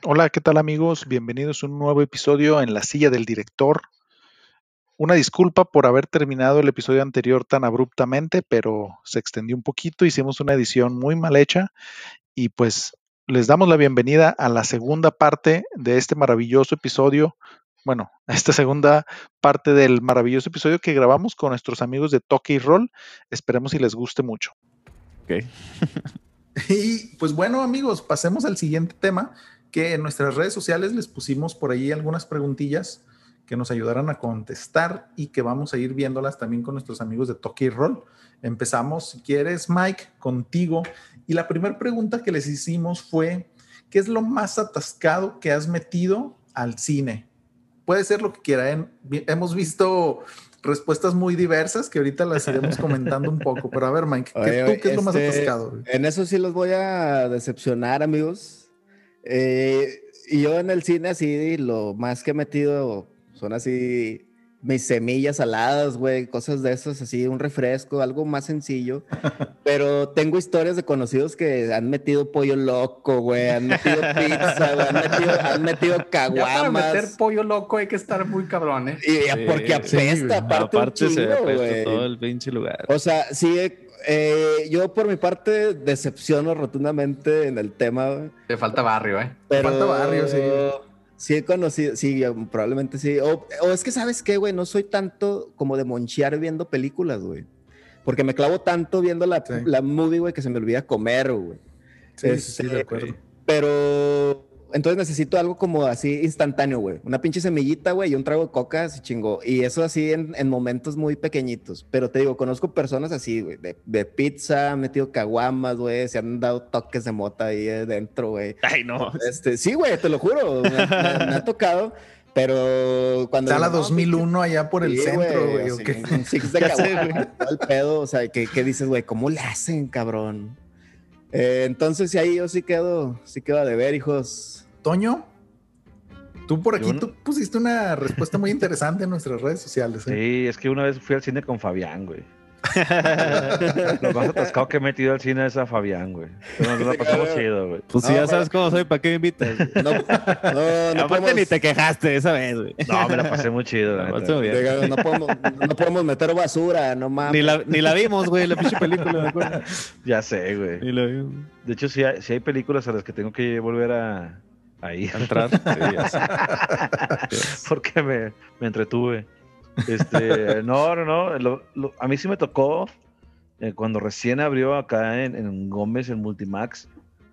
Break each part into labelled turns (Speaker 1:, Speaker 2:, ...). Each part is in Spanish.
Speaker 1: Hola, ¿qué tal amigos? Bienvenidos a un nuevo episodio en la silla del director. Una disculpa por haber terminado el episodio anterior tan abruptamente, pero se extendió un poquito, hicimos una edición muy mal hecha y pues les damos la bienvenida a la segunda parte de este maravilloso episodio. Bueno, a esta segunda parte del maravilloso episodio que grabamos con nuestros amigos de Toque y Roll. Esperemos si les guste mucho.
Speaker 2: Ok.
Speaker 3: Y pues bueno, amigos, pasemos al siguiente tema, que en nuestras redes sociales les pusimos por ahí algunas preguntillas que nos ayudaran a contestar y que vamos a ir viéndolas también con nuestros amigos de Toque y Roll. Empezamos, si quieres, Mike, contigo. Y la primera pregunta que les hicimos fue, ¿qué es lo más atascado que has metido al cine? Puede ser lo que quiera. Hemos visto respuestas muy diversas que ahorita las iremos comentando un poco. Pero a ver, Mike, ¿qué es lo más atascado?
Speaker 2: En eso sí los voy a decepcionar, amigos. Y yo en el cine así, lo más que he metido son así mis semillas saladas, güey, cosas de esas, así un refresco, algo más sencillo. Pero tengo historias de conocidos que han metido pollo loco, güey, han metido pizza, güey, han metido caguamas.
Speaker 4: Ya para meter pollo loco hay que estar muy cabrón, ¿eh?
Speaker 2: Y porque apesta, aparte un chingo,
Speaker 5: apesta todo el pinche lugar.
Speaker 2: O sea, sí, yo por mi parte decepciono rotundamente en el tema, güey.
Speaker 4: Te falta barrio, ¿eh?
Speaker 2: Pero
Speaker 3: falta barrio, sí.
Speaker 2: Sí he conocido, sí, probablemente sí. O es que, ¿sabes qué, güey? No soy tanto como de monchear viendo películas, güey. Porque me clavo tanto viendo la movie, güey, que se me olvida comer, güey.
Speaker 3: Sí, de acuerdo.
Speaker 2: Pero entonces necesito algo como así instantáneo, güey. Una pinche semillita, güey, y un trago de coca, así chingo. Y eso así en momentos muy pequeñitos. Pero te digo, conozco personas así, güey, de pizza, han metido caguamas, güey, se han dado toques de mota ahí dentro, güey.
Speaker 5: Ay, no.
Speaker 2: Sí, güey, te lo juro, me ha tocado. Pero cuando...
Speaker 3: Sala 2001 allá por el centro, güey.
Speaker 2: Un six de caguamas, todo el pedo. O sea, ¿qué dices, güey? ¿Cómo le hacen, cabrón? Entonces, ahí yo sí quedo a deber, hijos.
Speaker 3: Toño, tú por aquí tú pusiste una respuesta muy interesante en nuestras redes sociales.
Speaker 5: Sí, es que una vez fui al cine con Fabián, güey. Lo más atascado que he metido al cine es a Fabián, güey. Nos la pasamos chido, güey.
Speaker 2: Pues si ya sabes cómo soy, ¿para qué me invitas?
Speaker 5: No podemos... ni te quejaste esa vez, güey. No, me la pasé muy chido,
Speaker 2: no podemos meter basura, no mames.
Speaker 5: Ni la vimos, güey, la pinche película, me acuerdo. Ya sé, güey. Ni la vimos. De hecho, sí hay películas a las que tengo que volver a ir. A entrar. Sí, porque me entretuve. No. A mí sí me tocó cuando recién abrió acá en Gómez, en Multimax.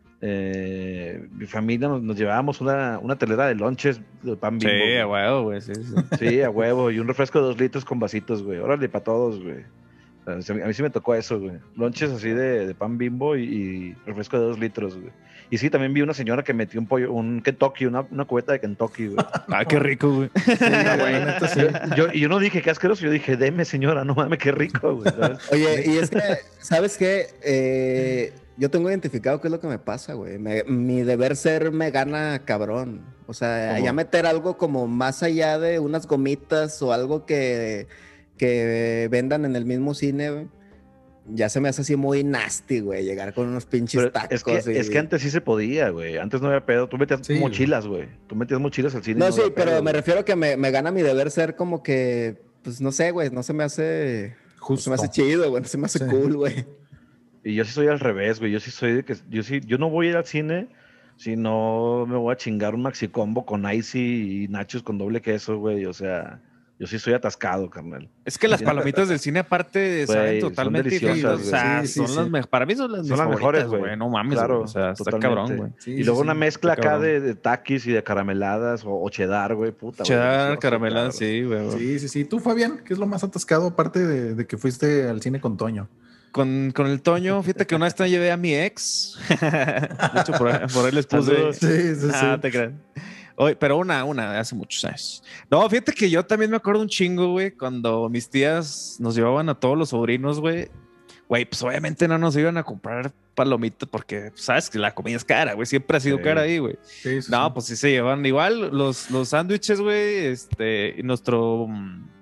Speaker 5: Mi familia nos llevábamos una telera de lonches de pan Bimbo.
Speaker 2: Sí, a huevo, güey.
Speaker 5: Sí, a huevo. Y un refresco de 2 litros con vasitos, güey. Órale, para todos, güey. O sea, a mí sí me tocó eso, güey. Lonches así de pan Bimbo y refresco de 2 litros, güey. Y sí, también vi una señora que metió un Kentucky, una cubeta de Kentucky, güey.
Speaker 2: Ah, qué rico, güey.
Speaker 5: Sí, yo no dije qué asqueroso, yo dije, deme, señora, no mames, qué rico, güey. ¿Sabes?
Speaker 2: Oye, y es que, ¿sabes qué? Yo tengo identificado qué es lo que me pasa, güey. Mi deber ser me gana cabrón. O sea, allá meter algo como más allá de unas gomitas o algo que vendan en el mismo cine, güey. Ya se me hace así muy nasty, güey, llegar con unos pinches tacos.
Speaker 5: Es que antes sí se podía, güey. Antes no había pedo. Tú metías mochilas, güey. Tú metías mochilas al cine.
Speaker 2: No, sí, pero pedo, me refiero a que me gana mi deber ser como que, pues no sé, güey, no se me hace...
Speaker 3: Justo.
Speaker 2: No se me hace chido, güey, no se me hace cool, güey.
Speaker 5: Y yo sí soy al revés, güey. Yo sí soy de que... Yo no voy a ir al cine si no me voy a chingar un maxi combo con icy y nachos con doble queso, güey. O sea... Yo sí soy atascado, carnal.
Speaker 6: Es que las palomitas del cine aparte saben totalmente diferentes. O sea, para mí son las mejores, güey. No mames,
Speaker 5: claro,
Speaker 6: o sea, está
Speaker 5: totalmente.
Speaker 6: cabrón, güey.
Speaker 5: Y luego una mezcla acá de taquis y de carameladas o cheddar, güey, puta.
Speaker 6: Cheddar, carameladas, sí, güey.
Speaker 3: Sí. ¿Tú, Fabián, qué es lo más atascado aparte de que fuiste al cine con Toño?
Speaker 6: Con el Toño, fíjate que una vez te llevé a mi ex. De hecho, por ahí les puse.
Speaker 3: Sí.
Speaker 6: Te creas. Oye, pero una hace muchos años. No, fíjate que yo también me acuerdo un chingo, güey, cuando mis tías nos llevaban a todos los sobrinos, güey. Güey, pues obviamente no nos iban a comprar palomitas porque, sabes que la comida es cara, güey. Siempre ha sido cara ahí, güey.
Speaker 3: Sí.
Speaker 6: Pues sí se llevan igual los sándwiches, güey, y nuestro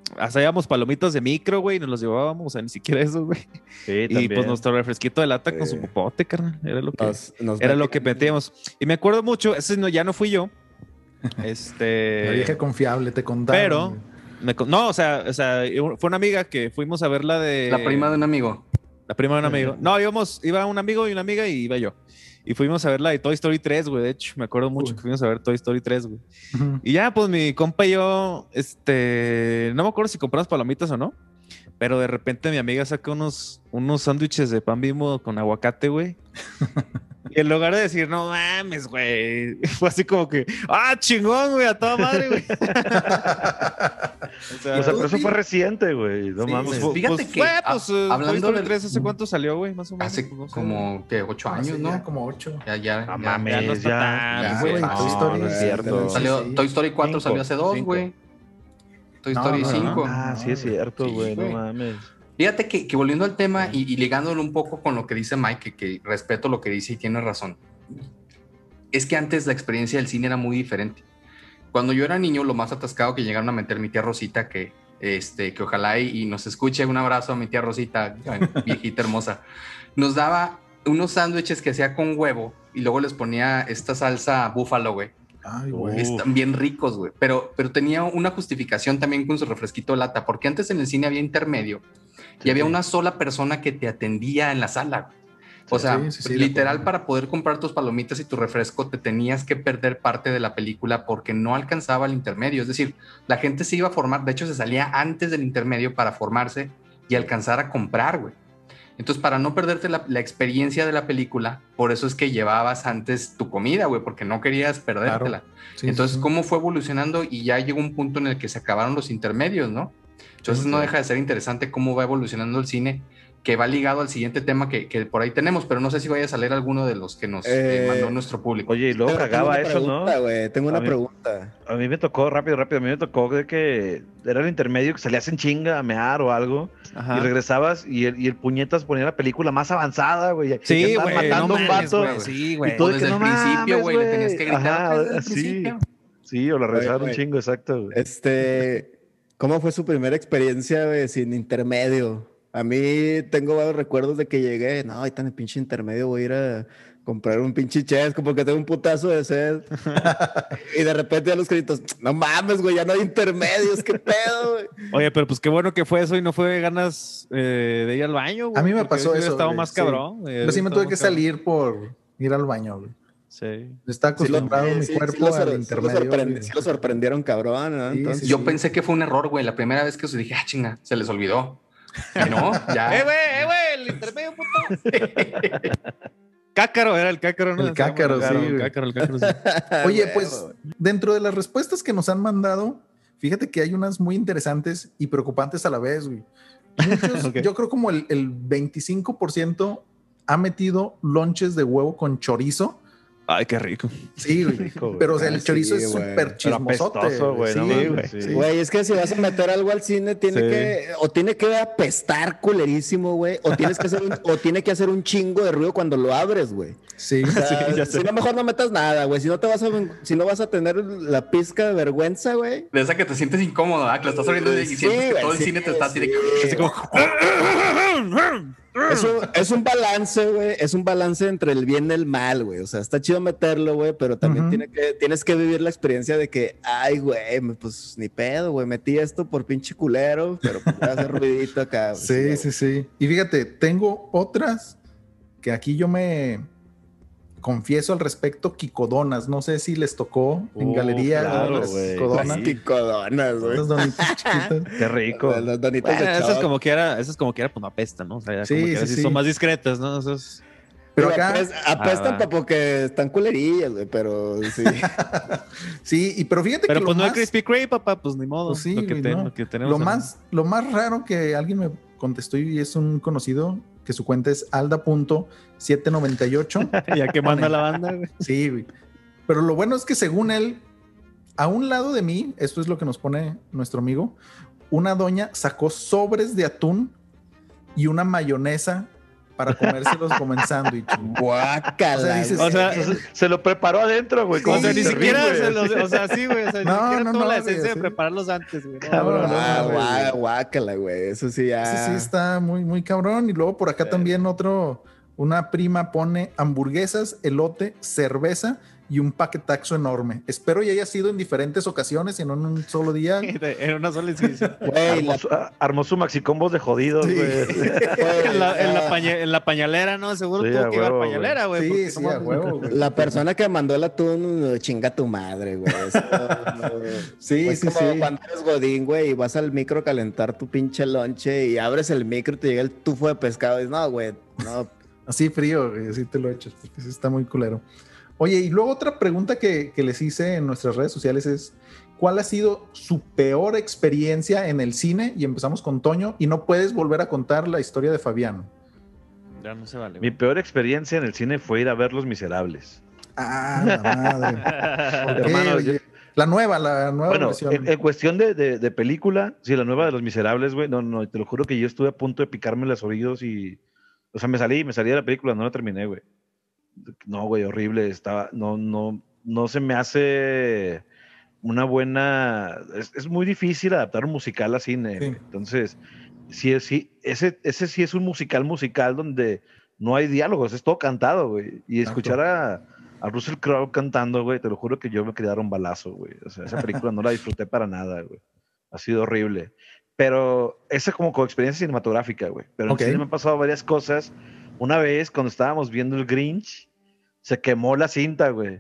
Speaker 6: hacíamos palomitas de micro, güey, y nos los llevábamos, o sea, ni siquiera eso, güey.
Speaker 5: Sí,
Speaker 6: Y
Speaker 5: también.
Speaker 6: pues nuestro refresquito de lata con su popote, carnal. Era lo que,
Speaker 2: Nos
Speaker 6: era lo que
Speaker 2: metían-
Speaker 6: metíamos. Y me acuerdo mucho, ese no, ya no fui yo.
Speaker 3: La vieja confiable, te contaron.
Speaker 6: pero,
Speaker 3: güey.
Speaker 6: no, o sea, fue una amiga que fuimos a ver la de...
Speaker 4: La prima de un amigo.
Speaker 6: La prima de un amigo. No, iba un amigo y una amiga y iba yo. Y fuimos a ver la de Toy Story 3, güey. De hecho, me acuerdo mucho que fuimos a ver Toy Story 3, güey.
Speaker 3: Ujú.
Speaker 6: Y ya, pues mi compa y yo, no me acuerdo si compramos palomitas o no, pero de repente mi amiga saca unos sándwiches de pan Bimbo con aguacate, güey. Y en lugar de decir, no mames, güey, fue así como que, chingón, güey, a toda madre, güey. O sea,
Speaker 5: O sea, pero eso fue reciente, güey. No
Speaker 4: Sí,
Speaker 5: mames.
Speaker 4: pues, fíjate que, hablando
Speaker 6: Toy Story
Speaker 4: de-
Speaker 6: 3, ¿hace cuánto salió, güey? Más o menos.
Speaker 4: Hace
Speaker 6: pues, no sé.
Speaker 4: como, ¿qué? 8 años,
Speaker 3: Hace
Speaker 4: ¿no?
Speaker 3: ya como 8.
Speaker 4: Ya,
Speaker 5: No
Speaker 6: Ya no
Speaker 5: mames,
Speaker 6: está
Speaker 5: ya.
Speaker 6: tan,
Speaker 4: Ya,
Speaker 6: güey.
Speaker 3: güey,
Speaker 6: No,
Speaker 3: Toy Story
Speaker 6: no es cierto.
Speaker 4: Salió
Speaker 3: Sí.
Speaker 4: Toy Story 4 salió hace 2,
Speaker 6: Cinco.
Speaker 4: güey. Toy
Speaker 3: No,
Speaker 4: Story
Speaker 3: no,
Speaker 4: 5.
Speaker 5: Ah, sí es cierto,
Speaker 4: Sí,
Speaker 5: güey. No
Speaker 4: güey.
Speaker 5: mames.
Speaker 4: Fíjate que volviendo al tema y ligándolo un poco con lo que dice Mike, que respeto lo que dice y tiene razón, es que antes la experiencia del cine era muy diferente. Cuando yo era niño, lo más atascado que llegaron a meter mi tía Rosita, que ojalá y nos escuche, un abrazo a mi tía Rosita, viejita hermosa, nos daba unos sándwiches que hacía con huevo y luego les ponía esta salsa búfalo, güey.
Speaker 3: Ay, güey.
Speaker 4: Están bien ricos, güey. Pero tenía una justificación también con su refresquito de lata, porque antes en el cine había intermedio y había una sola persona que te atendía en la sala. O sea,
Speaker 3: Sí, de
Speaker 4: literal,
Speaker 3: acuerdo.
Speaker 4: para poder comprar tus palomitas y tu refresco, te tenías que perder parte de la película porque no alcanzaba el intermedio. Es decir, la gente se iba a formar, de hecho, se salía antes del intermedio para formarse y alcanzar a comprar, güey. Entonces, para no perderte la experiencia de la película, por eso es que llevabas antes tu comida, güey, porque no querías perdértela.
Speaker 3: Sí,
Speaker 4: Entonces,
Speaker 3: sí.
Speaker 4: ¿cómo fue evolucionando? Y ya llegó un punto en el que se acabaron los intermedios, ¿no? Entonces, no deja de ser interesante cómo va evolucionando el cine, que va ligado al siguiente tema que por ahí tenemos, pero no sé si vaya a salir alguno de los que nos mandó nuestro público.
Speaker 5: Oye, y luego
Speaker 2: Pero
Speaker 5: cagaba
Speaker 2: tengo una
Speaker 5: eso, ¿no?
Speaker 2: pregunta, güey, tengo una
Speaker 5: A mí-
Speaker 2: pregunta.
Speaker 5: A mí me tocó, rápido, a mí me tocó de que era el intermedio que salías en chinga a mear o algo
Speaker 6: Ajá.
Speaker 5: y regresabas y el puñetas ponía la película más avanzada, güey. y
Speaker 6: Sí,
Speaker 5: andaban
Speaker 6: güey,
Speaker 5: matando
Speaker 6: no
Speaker 5: a un
Speaker 6: mames,
Speaker 5: vato.
Speaker 6: güey, sí, güey.
Speaker 5: Y todo
Speaker 4: O
Speaker 5: de
Speaker 4: desde
Speaker 5: que
Speaker 4: el
Speaker 5: no
Speaker 4: principio,
Speaker 5: mames,
Speaker 4: güey, le tenías que gritar,
Speaker 5: Ajá,
Speaker 4: "Pues, desde el
Speaker 5: sí.
Speaker 4: principio".
Speaker 5: Sí, o la regresaron un
Speaker 2: güey.
Speaker 5: chingo, exacto. güey.
Speaker 2: ¿Cómo fue su primera experiencia, güey, sin intermedio? A mí tengo varios recuerdos de que llegué, no, ahorita en el pinche intermedio voy a ir a comprar un pinche chesco porque tengo un putazo de sed. Y de repente a los gritos, no mames, güey, ya no hay intermedios, qué pedo, güey.
Speaker 6: Oye, pero pues qué bueno que fue eso y no fue ganas de ir al baño, güey.
Speaker 3: A mí me
Speaker 6: porque
Speaker 3: pasó
Speaker 6: hubiera
Speaker 3: eso,
Speaker 6: estado
Speaker 3: güey,
Speaker 6: más
Speaker 3: sí.
Speaker 6: cabrón.
Speaker 3: Yo sí me tuve que salir por ir al baño, güey.
Speaker 6: Sí.
Speaker 3: Está acostumbrado mi cuerpo al intermedio. güey.
Speaker 2: Sí lo sorprendieron, cabrón, ¿no?
Speaker 3: Sí,
Speaker 2: Entonces,
Speaker 3: sí,
Speaker 4: Yo pensé que fue un error, güey. La primera vez que os dije, chinga, se les olvidó. Y no, ya.
Speaker 6: güey, el intermedio, puto. Cácaro, era el cácaro, ¿no?
Speaker 3: El cácaro, sí, güey.
Speaker 6: El cácaro, sí.
Speaker 3: Oye,
Speaker 2: güey,
Speaker 3: pues
Speaker 2: güey.
Speaker 3: dentro de las respuestas que nos han mandado, fíjate que hay unas muy interesantes y preocupantes a la vez, güey. Muchos,
Speaker 6: Ok.
Speaker 3: yo creo como el 25% ha metido lonches de huevo con chorizo.
Speaker 6: Ay, qué rico.
Speaker 3: Sí, güey.
Speaker 5: Rico, güey.
Speaker 3: Pero o sea,
Speaker 2: Ah,
Speaker 3: el chorizo
Speaker 2: sí,
Speaker 3: es
Speaker 2: güey.
Speaker 3: súper
Speaker 5: Pero
Speaker 3: chismosote.
Speaker 5: apestoso, güey,
Speaker 3: Sí,
Speaker 5: no mames,
Speaker 3: güey.
Speaker 5: sí.
Speaker 3: Sí.
Speaker 2: Güey, es que si vas a meter algo al cine, tiene
Speaker 6: Sí.
Speaker 2: que apestar culerísimo, güey, o tiene que hacer un chingo de ruido cuando lo abres, güey.
Speaker 3: Sí.
Speaker 2: O sea,
Speaker 6: ya sé.
Speaker 2: si no, mejor no metas nada, güey. Si no vas a tener la pizca de vergüenza, güey.
Speaker 4: De esa que te sientes incómodo, ¿verdad? Que lo estás abriendo y
Speaker 2: Sí,
Speaker 4: sientes que
Speaker 2: güey,
Speaker 4: todo el
Speaker 2: sí,
Speaker 4: cine te está así de...
Speaker 2: sí.
Speaker 6: Así como,
Speaker 2: Es un balance, güey. Es un balance entre el bien y el mal, güey. O sea, está chido meterlo, güey, pero también
Speaker 3: Ujú.
Speaker 2: tienes que vivir la experiencia de que, ay, güey, pues ni pedo, güey. Metí esto por pinche culero, pero pues voy a hacer ruidito acá. Güey.
Speaker 3: Sí, sí, sí. Y fíjate, tengo otras que aquí yo me confieso al respecto, Kikodonas. No sé si les tocó en galería.
Speaker 5: claro,
Speaker 3: las
Speaker 5: güey.
Speaker 3: Kikodonas.
Speaker 5: Sí.
Speaker 2: Picodonas, güey.
Speaker 3: Esas donitas chiquitas.
Speaker 5: Qué rico.
Speaker 2: Las donitas
Speaker 6: bueno,
Speaker 2: de
Speaker 6: eso es
Speaker 2: choc.
Speaker 6: como quiera, pues no apesta, ¿no? O sea, ya
Speaker 3: Sí,
Speaker 6: como quiera,
Speaker 3: sí,
Speaker 6: sí
Speaker 3: sí.
Speaker 6: son más discretas, ¿no? Eso es...
Speaker 3: Pero
Speaker 2: Digo,
Speaker 3: acá,
Speaker 2: apestan
Speaker 6: va.
Speaker 2: porque están culerillas, güey, pero sí.
Speaker 3: sí, pero fíjate
Speaker 6: Pero
Speaker 3: que
Speaker 6: pues
Speaker 3: lo
Speaker 6: no
Speaker 3: más,
Speaker 6: hay Krispy Kreme, papá, pues ni modo.
Speaker 3: pues sí,
Speaker 6: lo, que
Speaker 3: güey, no.
Speaker 6: lo que tenemos.
Speaker 3: lo más raro que alguien me contestó y es un conocido que su cuenta es alda.798.
Speaker 6: ya que manda la banda, güey.
Speaker 3: Sí, güey. Pero lo bueno es que según él, a un lado de mí, esto es lo que nos pone nuestro amigo, una doña sacó sobres de atún y una mayonesa para comérselos como en sándwich.
Speaker 2: Guácala.
Speaker 3: O sea, dices,
Speaker 2: güey.
Speaker 6: O sea,
Speaker 5: Se lo preparó adentro, güey.
Speaker 3: Sí,
Speaker 6: o sea, ni
Speaker 3: sí,
Speaker 6: siquiera
Speaker 5: güey.
Speaker 6: se los, o sea, sí, güey, o sea,
Speaker 3: No,
Speaker 6: ni siquiera
Speaker 3: no,
Speaker 6: tuvo
Speaker 3: no,
Speaker 6: la
Speaker 3: güey,
Speaker 6: esencia
Speaker 3: sí.
Speaker 6: de prepararlos antes, güey. No,
Speaker 5: Cabrón,
Speaker 6: no, no,
Speaker 5: no,
Speaker 2: Guácala, güey. Eso sí ya.
Speaker 3: Ese sí está muy, muy cabrón. Y luego por acá también una prima pone hamburguesas, elote, cerveza y un paquetaxo enorme. Espero y haya sido en diferentes ocasiones y no en un solo día.
Speaker 6: En una sola incidencia.
Speaker 2: Güey,
Speaker 5: Armó su maxicombos de jodidos,
Speaker 3: Sí.
Speaker 5: güey.
Speaker 6: En la pañalera, ¿no? Seguro
Speaker 5: Sí,
Speaker 6: tuvo
Speaker 5: a
Speaker 6: que llevar
Speaker 5: huevo,
Speaker 6: pañalera, güey.
Speaker 3: Sí,
Speaker 6: porque
Speaker 3: sí,
Speaker 6: no
Speaker 3: a
Speaker 6: mames.
Speaker 3: huevo, güey.
Speaker 2: la persona que mandó el atún, chinga tu madre, güey. Eso,
Speaker 3: Sí,
Speaker 2: es
Speaker 3: sí,
Speaker 2: como
Speaker 3: sí.
Speaker 2: cuando eres godín, güey, y vas al micro a calentar tu pinche lonche y abres el micro y te llega el tufo de pescado y dices, no, güey, no.
Speaker 3: Así frío, güey, así te lo echas, porque sí está muy culero. Oye, y luego otra pregunta que les hice en nuestras redes sociales es, ¿cuál ha sido su peor experiencia en el cine? Y empezamos con Toño, y no puedes volver a contar la historia de Fabián.
Speaker 6: Ya no se vale.
Speaker 5: Mi peor experiencia en el cine fue ir a ver Los Miserables.
Speaker 3: Ah, la madre. ¿Por qué?
Speaker 5: Hermano,
Speaker 3: Oye, la nueva
Speaker 5: Bueno,
Speaker 3: versión.
Speaker 5: en cuestión de película, sí, la nueva de Los Miserables, güey, no, te lo juro que yo estuve a punto de picarme los oídos y, o sea, me salí de la película, no la terminé, güey. No, güey, horrible, no se me hace una buena, es muy difícil adaptar un musical a cine,
Speaker 3: Sí.
Speaker 5: güey. Entonces, ese sí es un musical donde no hay diálogos, es todo cantado, güey, y
Speaker 3: Exacto.
Speaker 5: escuchar a Russell Crowe cantando, güey, te lo juro que yo me quería dar un balazo, güey. O sea, esa película no la disfruté para nada, güey. Ha sido horrible. Pero esa como experiencia cinematográfica, güey. Pero
Speaker 3: Ok.
Speaker 5: en cine me han pasado varias cosas. Una vez, cuando estábamos viendo el Grinch, se quemó la cinta, güey.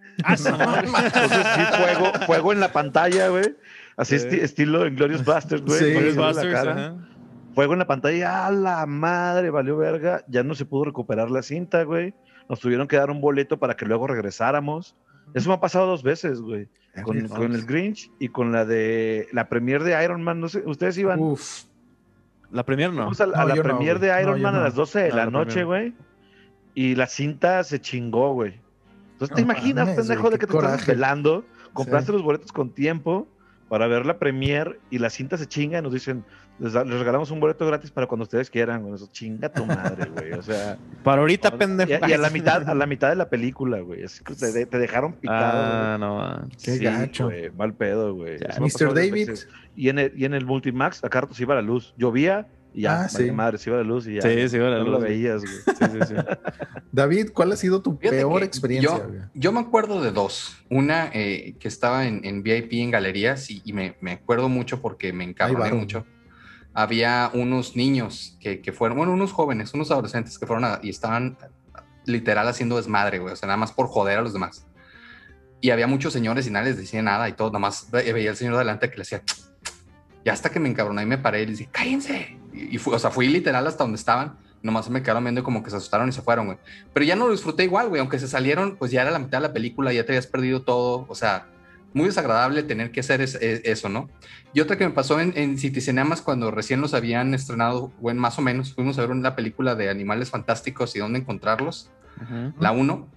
Speaker 5: Entonces sí, fuego en la pantalla, güey. Así estilo Inglourious Basterds, güey.
Speaker 3: Sí,
Speaker 5: Con el
Speaker 6: Inglourious
Speaker 5: sol en la
Speaker 6: Basterds,
Speaker 5: cara.
Speaker 6: ajá.
Speaker 5: Fuego en la pantalla, ¡a la madre! Valió verga. Ya no se pudo recuperar la cinta, güey. Nos tuvieron que dar un boleto para que luego regresáramos. Eso me ha pasado 2 veces, güey. Con el Grinch y con la premier de Iron Man. No sé, ¿ustedes iban?
Speaker 3: Uf.
Speaker 6: La premier no.
Speaker 5: Fuimos a
Speaker 3: No,
Speaker 5: la
Speaker 3: yo no,
Speaker 5: premier
Speaker 3: güey.
Speaker 5: de Iron
Speaker 3: No, yo
Speaker 5: Man a
Speaker 3: no.
Speaker 5: las 12 de
Speaker 6: No,
Speaker 5: la
Speaker 6: la
Speaker 5: noche,
Speaker 6: premier.
Speaker 5: güey. Y la cinta se chingó, güey. Entonces, ¿te
Speaker 3: No
Speaker 5: imaginas,
Speaker 3: mames,
Speaker 5: pendejo,
Speaker 3: güey,
Speaker 5: de
Speaker 3: qué
Speaker 5: que te estás
Speaker 3: coraje.
Speaker 5: desvelando? Compraste
Speaker 3: Sí.
Speaker 5: los boletos con tiempo para ver la premier y la cinta se chinga y nos dicen, les regalamos un boleto gratis para cuando ustedes quieran, güey. Eso, chinga tu madre, güey. O sea,
Speaker 6: Para ahorita,
Speaker 5: y
Speaker 6: pendejo.
Speaker 5: a la mitad de la película, güey. Es que te dejaron picado,
Speaker 6: Ah, no, man.
Speaker 3: Qué
Speaker 5: sí,
Speaker 3: gacho.
Speaker 5: güey, mal pedo, güey.
Speaker 6: Ya.
Speaker 5: Eso me ha
Speaker 3: Mr.
Speaker 5: pasado varias
Speaker 3: David.
Speaker 5: veces. Y en el Multimax, acá rato se iba la luz. Llovía y ya,
Speaker 3: Ah, sí.
Speaker 5: madre, se iba la luz y ya.
Speaker 6: Sí, se iba la
Speaker 5: no
Speaker 6: luz,
Speaker 5: lo
Speaker 6: güey.
Speaker 5: veías, güey.
Speaker 6: Sí, sí, sí.
Speaker 3: David, ¿cuál ha sido tu
Speaker 4: Fíjate
Speaker 3: peor
Speaker 4: que
Speaker 3: experiencia, güey?
Speaker 4: yo me acuerdo de 2. Una que estaba en VIP en galerías y me acuerdo mucho porque me encabroné
Speaker 3: varón.
Speaker 4: mucho. Había unos niños que fueron, bueno, unos jóvenes, unos adolescentes que fueron y estaban literal haciendo desmadre, güey. O sea, nada más por joder a los demás. Y había muchos señores y nadie les decía nada y todo. Nada más veía al señor de adelante que le decía... Y hasta que me encabroné y me paré y les dije, cállense. Y fui literal hasta donde estaban. Nomás se me quedaron viendo como que se asustaron y se fueron, güey. Pero ya no lo disfruté igual, güey. Aunque se salieron, pues ya era la mitad de la película, ya te habías perdido todo. O sea, muy desagradable tener que hacer eso, ¿no? Y otra que me pasó en City Cinemas cuando recién los habían estrenado, bueno, más o menos, fuimos a ver una película de Animales Fantásticos y dónde encontrarlos, la 1.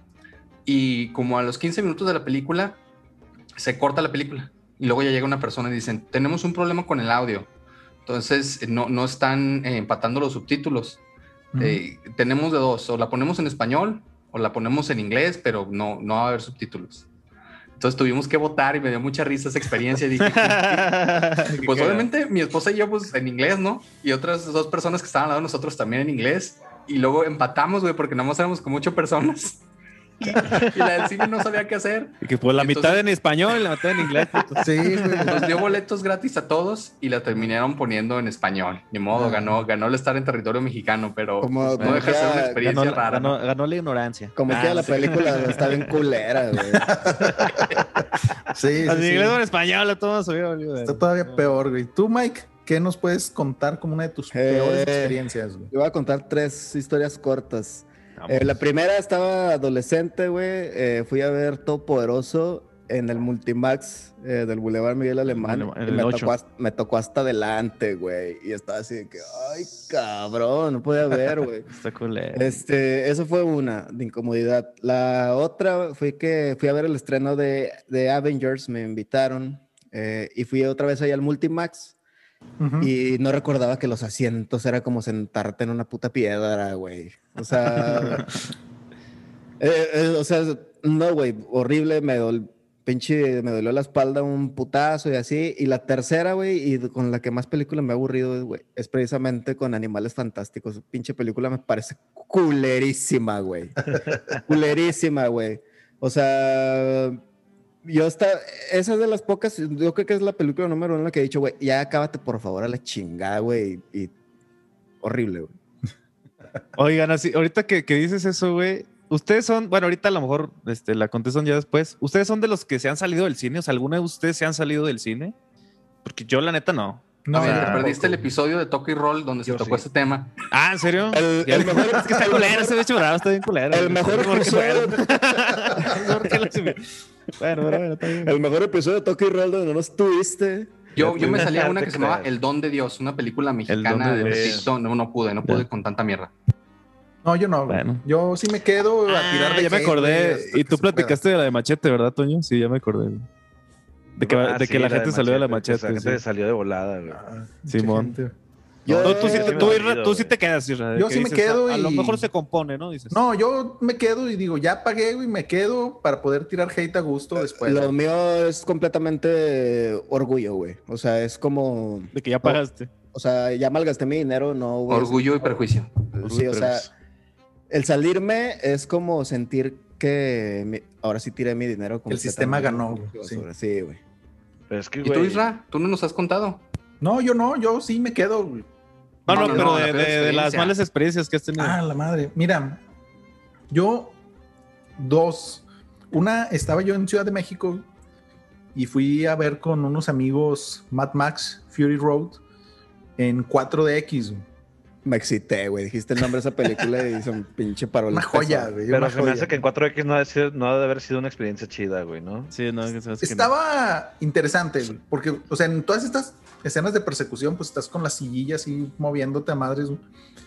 Speaker 4: Y como a los 15 minutos de la película, se corta la película. Y luego ya llega una persona y dicen, tenemos un problema con el audio. Entonces, no están empatando los subtítulos. Tenemos de 2, o la ponemos en español o la ponemos en inglés, pero no va a haber subtítulos. Entonces tuvimos que votar y me dio mucha risa esa experiencia. Y dije, pues obviamente mi esposa y yo pues en inglés, ¿no? Y otras 2 personas que estaban al lado de nosotros también en inglés. Y luego empatamos, güey, porque nada más éramos como 8 personas. Y la del cine no sabía qué hacer.
Speaker 6: Y que pues la mitad en español y la mitad en inglés. puto.
Speaker 3: Sí, güey.
Speaker 4: Nos dio boletos gratis a todos y la terminaron poniendo en español. Ni modo, ganó el estar en territorio mexicano, pero
Speaker 2: Como-
Speaker 4: no deja de ser una
Speaker 2: como
Speaker 4: experiencia rara, ¿no?
Speaker 6: Ganó la ignorancia.
Speaker 2: Como que la
Speaker 4: sí.
Speaker 2: película está bien culera, güey.
Speaker 3: Sí, sí,
Speaker 6: En
Speaker 3: sí.
Speaker 6: inglés o en español, todo subió.
Speaker 3: Está todavía peor, güey. Tú, Mike, ¿qué nos puedes contar como una de tus peores experiencias, güey?
Speaker 2: Yo voy a contar 3 historias cortas. La primera, estaba adolescente, güey. Fui a ver Todopoderoso en el Multimax del Boulevard Miguel Alemán.
Speaker 6: En
Speaker 2: y
Speaker 6: el 8.
Speaker 2: me tocó hasta adelante, güey. Y estaba así de que, ay, cabrón, no podía ver, güey.
Speaker 6: Está culero.
Speaker 2: Eso fue una de incomodidad. La otra fue que fui a ver el estreno de Avengers, me invitaron y fui otra vez ahí al Multimax.
Speaker 3: Ujú.
Speaker 2: Y no recordaba que los asientos era como sentarte en una puta piedra, güey. O sea, o sea, no, güey, horrible, me dolió la espalda un putazo y así. Y la tercera, güey, y con la que más película me ha aburrido, güey, es precisamente con Animales Fantásticos. Pinche película me parece culerísima, güey. Culerísima, güey. O sea, esa es de las pocas, yo creo que es la película número 1 en la que he dicho, güey, ya cábate por favor a la chingada, güey. Y horrible, güey.
Speaker 6: Oigan, así, ahorita que dices eso, güey, ustedes son, bueno, ahorita a lo mejor la contestan ya después. ¿Ustedes son de los que se han salido del cine? O sea, ¿alguna de ustedes se han salido del cine? Porque yo, la neta, no.
Speaker 3: No,
Speaker 4: A ver,
Speaker 3: yo
Speaker 4: te
Speaker 3: tampoco.
Speaker 4: perdiste el episodio de Toque y Roll donde se
Speaker 1: Yo
Speaker 4: tocó
Speaker 1: sí.
Speaker 4: este tema.
Speaker 6: Ah, ¿en serio?
Speaker 2: El mejor,
Speaker 6: Es que está culero, ese bicho bravo, está bien culero.
Speaker 2: el mejor episodio,
Speaker 6: Bueno, está bien.
Speaker 2: el mejor episodio de Toque y Roll donde no estuviste.
Speaker 4: Yo
Speaker 5: Ya
Speaker 4: me
Speaker 5: te-
Speaker 4: salía una
Speaker 5: te
Speaker 4: que se llamaba
Speaker 5: creas.
Speaker 4: El Don de Dios, una película
Speaker 6: Don
Speaker 4: mexicana
Speaker 6: de
Speaker 4: de
Speaker 6: Dios.
Speaker 4: ficción. No pude
Speaker 6: Ya.
Speaker 4: con tanta mierda.
Speaker 3: No, yo no.
Speaker 6: Bueno.
Speaker 3: Yo sí me quedo a tirar de
Speaker 6: Ya me
Speaker 3: hate,
Speaker 6: acordé.
Speaker 3: güey, hasta
Speaker 6: Y
Speaker 3: que
Speaker 6: tú
Speaker 3: se
Speaker 6: platicaste de la de Machete, ¿verdad, Toño? Sí, ya me acordé. güey. De que
Speaker 5: Ah,
Speaker 6: la
Speaker 5: sí,
Speaker 6: gente salió de la
Speaker 5: que
Speaker 6: Machete.
Speaker 5: La gente
Speaker 6: sí.
Speaker 5: salió de volada, güey.
Speaker 3: pueda. Ah,
Speaker 6: Simón.
Speaker 3: mucha gente.
Speaker 2: Yo-
Speaker 6: No, tú sí,
Speaker 5: sí me
Speaker 6: tú,
Speaker 5: ha
Speaker 6: Isra,
Speaker 5: dolido,
Speaker 6: tú sí
Speaker 5: güey.
Speaker 6: te quedas, Isra.
Speaker 3: Yo
Speaker 6: que
Speaker 3: sí me
Speaker 6: dices,
Speaker 3: quedo
Speaker 6: a lo
Speaker 3: y-
Speaker 6: mejor se compone, ¿no? Dices.
Speaker 3: No, yo me quedo y digo, ya pagué, güey, me quedo para poder tirar hate a gusto después.
Speaker 2: Lo mío es completamente orgullo, güey. O sea, es como,
Speaker 6: De que ya pagaste.
Speaker 2: o sea, ya malgasté mi dinero, no, güey.
Speaker 4: Orgullo y perjuicio.
Speaker 2: Sí, o sea, el salirme es como sentir que ahora sí tiré mi dinero.
Speaker 3: El sistema ganó,
Speaker 2: completamente.
Speaker 3: güey, sí.
Speaker 2: Sí, güey.
Speaker 5: Pero es que,
Speaker 4: ¿Y tú,
Speaker 5: güey,
Speaker 4: Isra? ¿Tú no nos has contado?
Speaker 3: No, yo sí me quedo, güey.
Speaker 6: No,
Speaker 4: No,
Speaker 6: pero
Speaker 4: no, la
Speaker 6: de
Speaker 4: peor
Speaker 6: las
Speaker 4: experiencia.
Speaker 6: malas experiencias que has tenido.
Speaker 3: Ah, la madre. Mira, estaba yo en Ciudad de México y fui a ver con unos amigos Mad Max Fury Road en 4DX. güey.
Speaker 2: Me excité, güey. Dijiste el nombre de esa película y hice un pinche parol.
Speaker 3: Una joya, güey.
Speaker 5: pero
Speaker 3: una
Speaker 5: se me
Speaker 3: joya.
Speaker 5: hace que en 4X no ha de haber sido una experiencia chida, güey, ¿no?
Speaker 6: Sí, no, que sabes que no.
Speaker 3: Estaba interesante, güey, porque, o sea, en todas estas escenas de persecución, pues estás con las sillillas y moviéndote a madres, güey.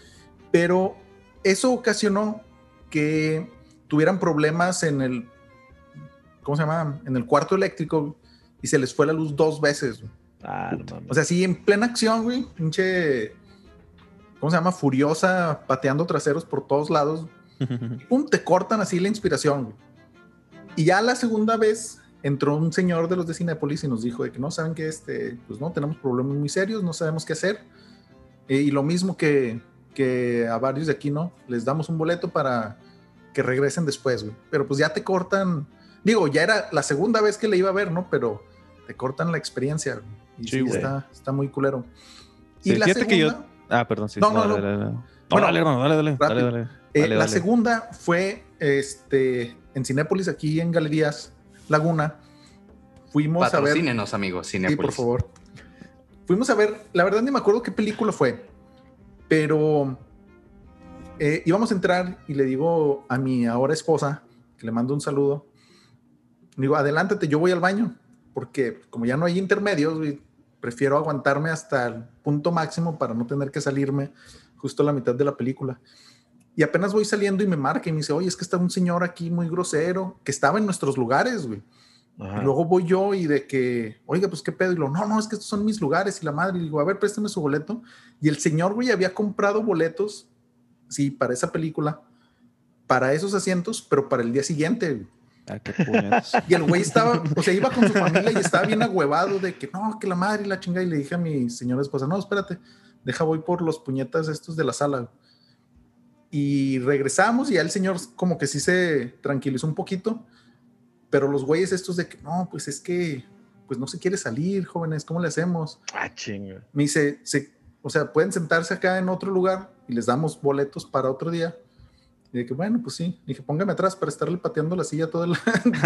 Speaker 3: Pero eso ocasionó que tuvieran problemas en el, ¿cómo se llama? En el cuarto eléctrico, güey, y se les fue la luz 2 veces, güey.
Speaker 5: Ah, no mames.
Speaker 3: O sea, sí, en plena acción, güey, pinche, ¿cómo se llama? Furiosa, pateando traseros por todos lados. Pum, te cortan así la inspiración, güey. Y ya la segunda vez entró un señor de los de Cinépolis y nos dijo de que no saben que pues no, tenemos problemas muy serios, no sabemos qué hacer. Y lo mismo que a varios de aquí, ¿no? Les damos un boleto para que regresen después, güey. Pero pues ya te cortan, digo, ya era la segunda vez que le iba a ver, ¿no? Pero te cortan la experiencia, güey. Y
Speaker 6: Sí,
Speaker 3: sí,
Speaker 6: güey.
Speaker 3: está muy culero.
Speaker 6: Sí,
Speaker 3: Y la
Speaker 6: fíjate que yo-
Speaker 3: segunda,
Speaker 6: Ah, perdón, sí.
Speaker 3: No,
Speaker 6: sí,
Speaker 3: no,
Speaker 6: dale,
Speaker 3: no.
Speaker 6: dale, dale. No,
Speaker 3: Bueno,
Speaker 6: dale, hermano, dale.
Speaker 3: rápido.
Speaker 6: Dale,
Speaker 3: la
Speaker 6: dale.
Speaker 3: segunda fue en Cinépolis, aquí en Galerías Laguna. Fuimos a ver.
Speaker 4: Patrocínenos, amigos,
Speaker 3: Sí,
Speaker 4: Cinépolis.
Speaker 3: por favor. Fuimos a ver, la verdad ni me acuerdo qué película fue, pero íbamos a entrar y le digo a mi ahora esposa, que le mando un saludo, digo, adelántate, yo voy al baño, porque como ya no hay intermedios, güey, prefiero aguantarme hasta el punto máximo para no tener que salirme justo a la mitad de la película. Y apenas voy saliendo y me marca y me dice, oye, es que está un señor aquí muy grosero, que estaba en nuestros lugares, güey.
Speaker 5: Ajá.
Speaker 3: Y luego voy yo y de que, oiga, pues qué pedo. Y luego, no, es que estos son mis lugares y la madre. Y digo, a ver, préstame su boleto. Y el señor, güey, había comprado boletos, sí, para esa película, para esos asientos, pero para el día siguiente, güey.
Speaker 6: Ah, qué puñetas.
Speaker 3: Y el güey estaba, o sea, iba con su familia y estaba bien agüevado de que no, que la madre y la chinga. Y le dije a mi señora esposa, no, espérate, voy por los puñetas estos de la sala. Y regresamos y ya el señor como que sí se tranquilizó un poquito, pero los güeyes estos de que no, pues es que pues no se quiere salir, jóvenes, ¿cómo le hacemos?
Speaker 5: Ah, chinga.
Speaker 3: Me dice, o sea, pueden sentarse acá en otro lugar y les damos boletos para otro día. Y de que bueno, pues sí. Dije, póngame atrás para estarle pateando la silla toda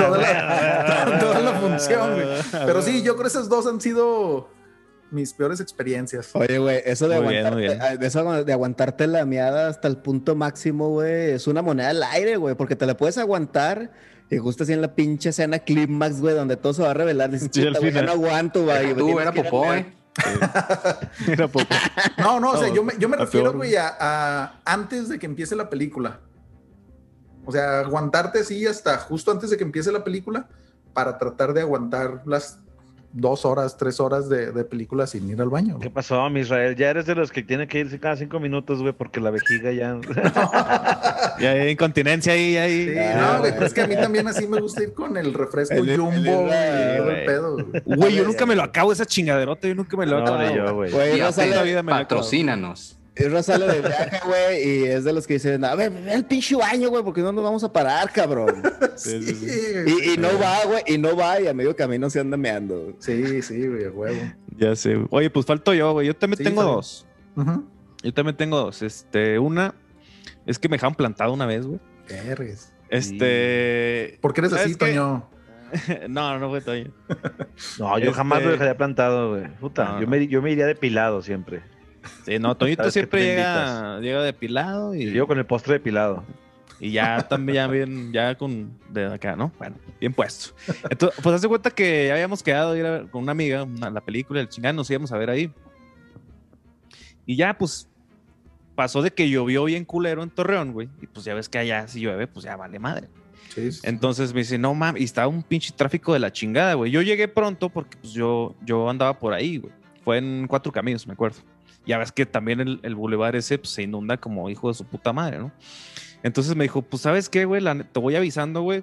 Speaker 3: la función, güey. Pero sí, yo creo que esas dos han sido mis peores experiencias.
Speaker 2: Oye, güey, eso de
Speaker 6: Muy bien, muy
Speaker 2: aguantarte, eso de aguantarte la miada hasta el punto máximo, güey, es una moneda al aire, güey, porque te la puedes aguantar y justo así en la pinche escena clímax, güey, donde todo se va a revelar. Dices,
Speaker 6: Sí, al
Speaker 2: puta, güey, ya no
Speaker 6: final.
Speaker 2: aguanto, güey.
Speaker 4: Tú,
Speaker 2: tienes
Speaker 4: era
Speaker 2: que ir al
Speaker 4: popó,
Speaker 2: baño.
Speaker 4: ¿eh?
Speaker 6: Era poco.
Speaker 3: No, o sea, yo me
Speaker 6: a
Speaker 3: refiero,
Speaker 6: peor.
Speaker 3: güey, a antes de que empiece la película. O sea, aguantarte así hasta justo antes de que empiece la película para tratar de aguantar las 2 horas, 3 horas de película sin ir al baño.
Speaker 5: ¿Qué pasó, mi Israel? Ya eres de los que tiene que irse cada 5 minutos, güey, porque la vejiga ya...
Speaker 6: Ya hay incontinencia ahí.
Speaker 3: Sí,
Speaker 2: Ah,
Speaker 3: no, güey, pero es que a mí
Speaker 2: güey.
Speaker 3: también así me gusta ir con el refresco
Speaker 2: El-
Speaker 3: Jumbo
Speaker 2: el-
Speaker 3: y todo el
Speaker 6: güey.
Speaker 3: pedo. Güey.
Speaker 6: Güey, yo nunca me lo acabo esa chingaderota, yo nunca me lo he
Speaker 5: No,
Speaker 6: acabado.
Speaker 5: ni yo, güey.
Speaker 2: Güey,
Speaker 4: Y
Speaker 2: Isra
Speaker 4: aparte,
Speaker 2: sale,
Speaker 6: vida me lo he acabado.
Speaker 4: patrocínanos.
Speaker 2: Isra sale de viaje, güey, y es de los que dicen, a ver, ve al pinche baño, güey, porque no nos vamos a parar, cabrón.
Speaker 3: Sí,
Speaker 2: Y no va, güey, y no va, y a medio camino se anda meando.
Speaker 3: Sí, güey, a huevo.
Speaker 6: Ya sé, güey. Oye, pues falto yo, güey. Yo también
Speaker 3: Sí,
Speaker 6: tengo
Speaker 3: está bien.
Speaker 6: 2.
Speaker 3: Ujú.
Speaker 6: Yo también tengo 2. Una es que me dejaron plantado una vez, güey.
Speaker 3: Vergas.
Speaker 6: ¿Por
Speaker 3: ¿Por qué eres así, Toño?
Speaker 6: No fue Toño.
Speaker 5: No, yo jamás lo dejaría plantado, güey. Puta,
Speaker 6: No.
Speaker 5: yo me iría depilado siempre.
Speaker 6: Sí, no, Toñito
Speaker 5: Sabes que
Speaker 6: siempre
Speaker 5: tú me
Speaker 6: llega depilado
Speaker 5: Y
Speaker 6: y,
Speaker 5: yo con el postre depilado.
Speaker 6: y ya también, ya bien, ya con de acá, ¿no? Bueno, bien puesto. Entonces, pues hace cuenta que ya habíamos quedado a ir a ver con una amiga, la película, el chingada, nos íbamos a ver ahí. Y ya, pues, pasó de que llovió bien culero en Torreón, güey. Y pues ya ves que allá si llueve, pues ya vale madre.
Speaker 3: Sí, sí.
Speaker 6: Entonces me dice, no mames, y estaba un pinche tráfico de la chingada, güey. Yo llegué pronto porque pues yo andaba por ahí, güey. Fue en Cuatro Caminos, me acuerdo. Ya ves que también el bulevar ese pues, se inunda como hijo de su puta madre, ¿no? Entonces me dijo, pues, ¿sabes qué, güey? Te voy avisando, güey.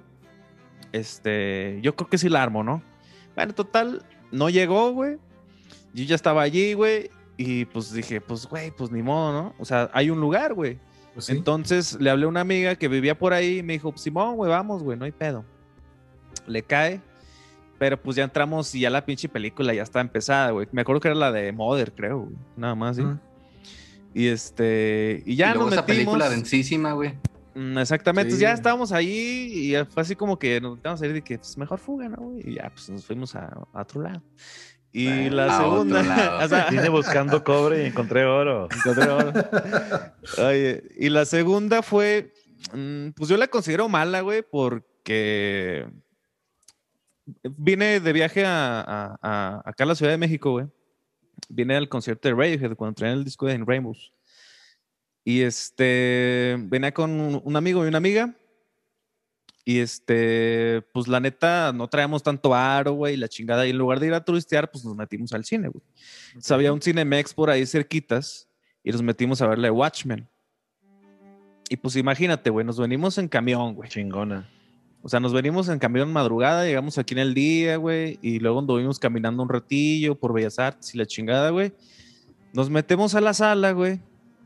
Speaker 6: Yo creo que sí la armo, ¿no? Bueno, total, no llegó, güey. Yo ya estaba allí, güey. Y pues dije, pues, güey, pues ni modo, ¿no? O sea, hay un lugar, güey.
Speaker 3: Pues sí.
Speaker 6: Entonces le hablé a una amiga que vivía por ahí y me dijo, Simón, güey, vamos, güey, no hay pedo. Le cae, pero pues ya entramos y ya la pinche película ya está empezada, güey. Me acuerdo que era la de Mother, creo, güey. Nada más, ¿sí?
Speaker 3: Ujú.
Speaker 6: Y y ya
Speaker 4: Y luego
Speaker 6: nos
Speaker 4: esa
Speaker 6: metimos.
Speaker 4: película densísima, güey.
Speaker 6: Exactamente,
Speaker 3: Sí.
Speaker 6: ya estábamos ahí y ya fue así como que nos metamos a ir de que pues, mejor fuga, ¿no, güey? Y ya pues nos fuimos a otro lado. Y la
Speaker 4: a
Speaker 6: segunda,
Speaker 4: otro lado.
Speaker 6: o sea,
Speaker 5: Vine buscando cobre y encontré oro.
Speaker 6: encontré oro. Oye, y la segunda fue, pues yo la considero mala, güey, porque vine de viaje acá a la Ciudad de México, güey. Vine al concierto de Radiohead cuando traían el disco de In Rainbows. Y venía con un amigo y una amiga. Y pues la neta, no traíamos tanto varo, güey, y la chingada. Y en lugar de ir a turistear, pues nos metimos al cine, güey. Entonces, había un Cinemex por ahí cerquitas y nos metimos a verle Watchmen. Y pues imagínate, güey, nos venimos en camión, güey.
Speaker 5: Chingona.
Speaker 6: O sea, nos venimos en camión madrugada, llegamos aquí en el día, güey, y luego anduvimos caminando un ratillo por Bellas Artes y la chingada, güey. Nos metemos a la sala, güey.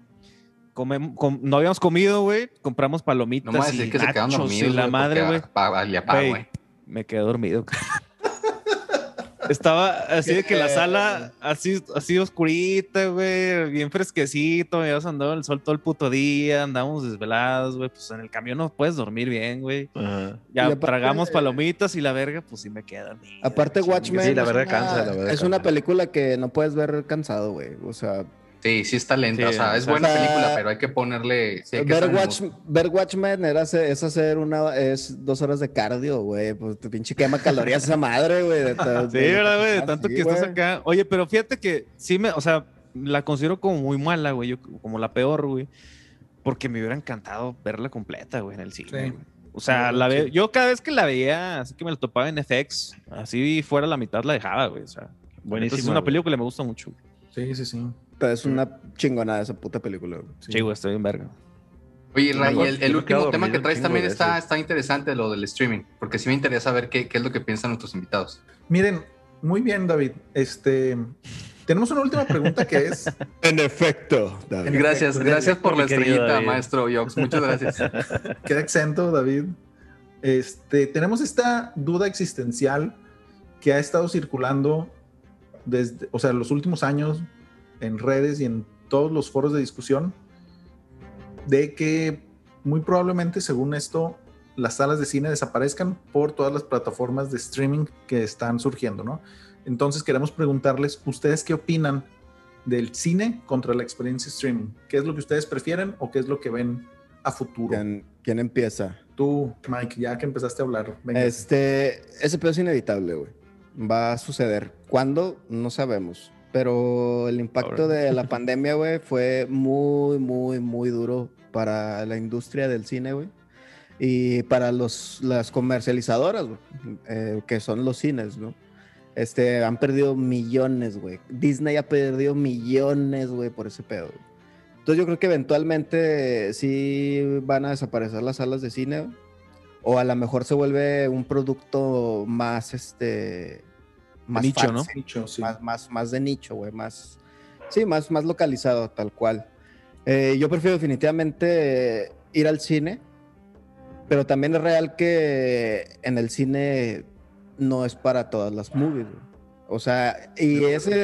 Speaker 6: No habíamos comido, güey. Compramos palomitas
Speaker 4: No me vas a
Speaker 6: y
Speaker 4: decir que se quedaron
Speaker 6: nachos
Speaker 4: dormidos,
Speaker 6: y la
Speaker 4: güey,
Speaker 6: madre, güey.
Speaker 4: Le apago,
Speaker 6: Güey,
Speaker 4: güey.
Speaker 6: me quedé dormido. Estaba así de que la sala, así oscurita, güey, bien fresquecito, habíamos andado en el sol todo el puto día, andábamos desvelados, güey, pues en el camión no puedes dormir bien, güey.
Speaker 5: Ajá.
Speaker 6: Ya
Speaker 2: Y aparte-
Speaker 6: tragamos palomitas y la verga, pues sí me queda dormido.
Speaker 2: Aparte,
Speaker 6: Chingue.
Speaker 2: Watchmen
Speaker 5: Sí, la
Speaker 2: es
Speaker 5: verdad
Speaker 2: una-
Speaker 5: cansa, la verdad
Speaker 2: es una
Speaker 5: cansa.
Speaker 2: película que no puedes ver cansado, güey. O sea,
Speaker 4: Sí, sí está lenta.
Speaker 6: Sí,
Speaker 4: o sea, es
Speaker 6: o sea,
Speaker 4: buena
Speaker 2: o sea,
Speaker 4: película, pero hay que ponerle. Sí, hay que
Speaker 2: ver,
Speaker 4: estar en el mood.
Speaker 2: ver Watchmen es hacer es 2 horas de cardio, güey. Pues tu pinche quema calorías esa madre, güey.
Speaker 6: Sí, ¿verdad, güey? De tanto
Speaker 2: Sí,
Speaker 6: que estás
Speaker 2: güey.
Speaker 6: acá. Oye, pero fíjate que sí o sea, la considero como muy mala, güey. Como la peor, güey. Porque me hubiera encantado verla completa, güey, en el cine.
Speaker 3: Sí.
Speaker 6: Güey. O sea,
Speaker 3: Sí.
Speaker 6: yo cada vez que la veía, así que me la topaba en FX, así fuera la mitad la dejaba, güey. O sea,
Speaker 5: Buenísima,
Speaker 6: es una
Speaker 5: güey.
Speaker 6: película que me gusta mucho.
Speaker 3: Sí, sí, sí.
Speaker 2: Pero es una chingonada esa puta película, güey.
Speaker 6: Sí, güey, estoy bien verga.
Speaker 4: Oye, Ray,
Speaker 5: Yo
Speaker 4: el
Speaker 5: me he
Speaker 4: último
Speaker 5: quedado
Speaker 4: tema
Speaker 5: dormido
Speaker 4: que
Speaker 5: un
Speaker 4: traes
Speaker 5: chingo
Speaker 4: también
Speaker 5: de
Speaker 4: está
Speaker 5: veces.
Speaker 4: interesante, lo del streaming, porque sí me interesa ver qué es lo que piensan nuestros invitados.
Speaker 3: Miren, muy bien, David. Tenemos una última pregunta que es.
Speaker 2: En efecto, David.
Speaker 4: Gracias por la
Speaker 5: mi querido
Speaker 4: estrellita,
Speaker 5: David.
Speaker 4: maestro Yox. Muchas gracias.
Speaker 3: Queda exento, David. Tenemos esta duda existencial que ha estado circulando desde, o sea, los últimos años en redes y en todos los foros de discusión, de que muy probablemente, según esto, las salas de cine desaparezcan por todas las plataformas de streaming que están surgiendo, ¿no? Entonces queremos preguntarles, ¿ustedes qué opinan del cine contra la experiencia streaming? ¿Qué es lo que ustedes prefieren o qué es lo que ven a futuro?
Speaker 2: ¿Quién empieza?
Speaker 3: Tú, Mike, ya que empezaste a hablar. Venga.
Speaker 2: Ese pedo es inevitable, güey. Va a suceder. ¿Cuándo? No sabemos. Pero el impacto de la pandemia, güey, fue muy, muy, muy duro para la industria del cine, güey. Y para las comercializadoras, güey, que son los cines, ¿no? Han perdido millones, güey. Disney ha perdido millones, güey, por ese pedo. Entonces yo creo que eventualmente sí van a desaparecer las salas de cine, güey. O a lo mejor se vuelve un producto más, más
Speaker 6: nicho,
Speaker 2: fancy,
Speaker 6: ¿no?
Speaker 3: Nicho, sí.
Speaker 2: más de nicho, güey, más localizado, tal cual. Yo prefiero definitivamente ir al cine, pero también es real que en el cine no es para todas las movies, güey. O sea, y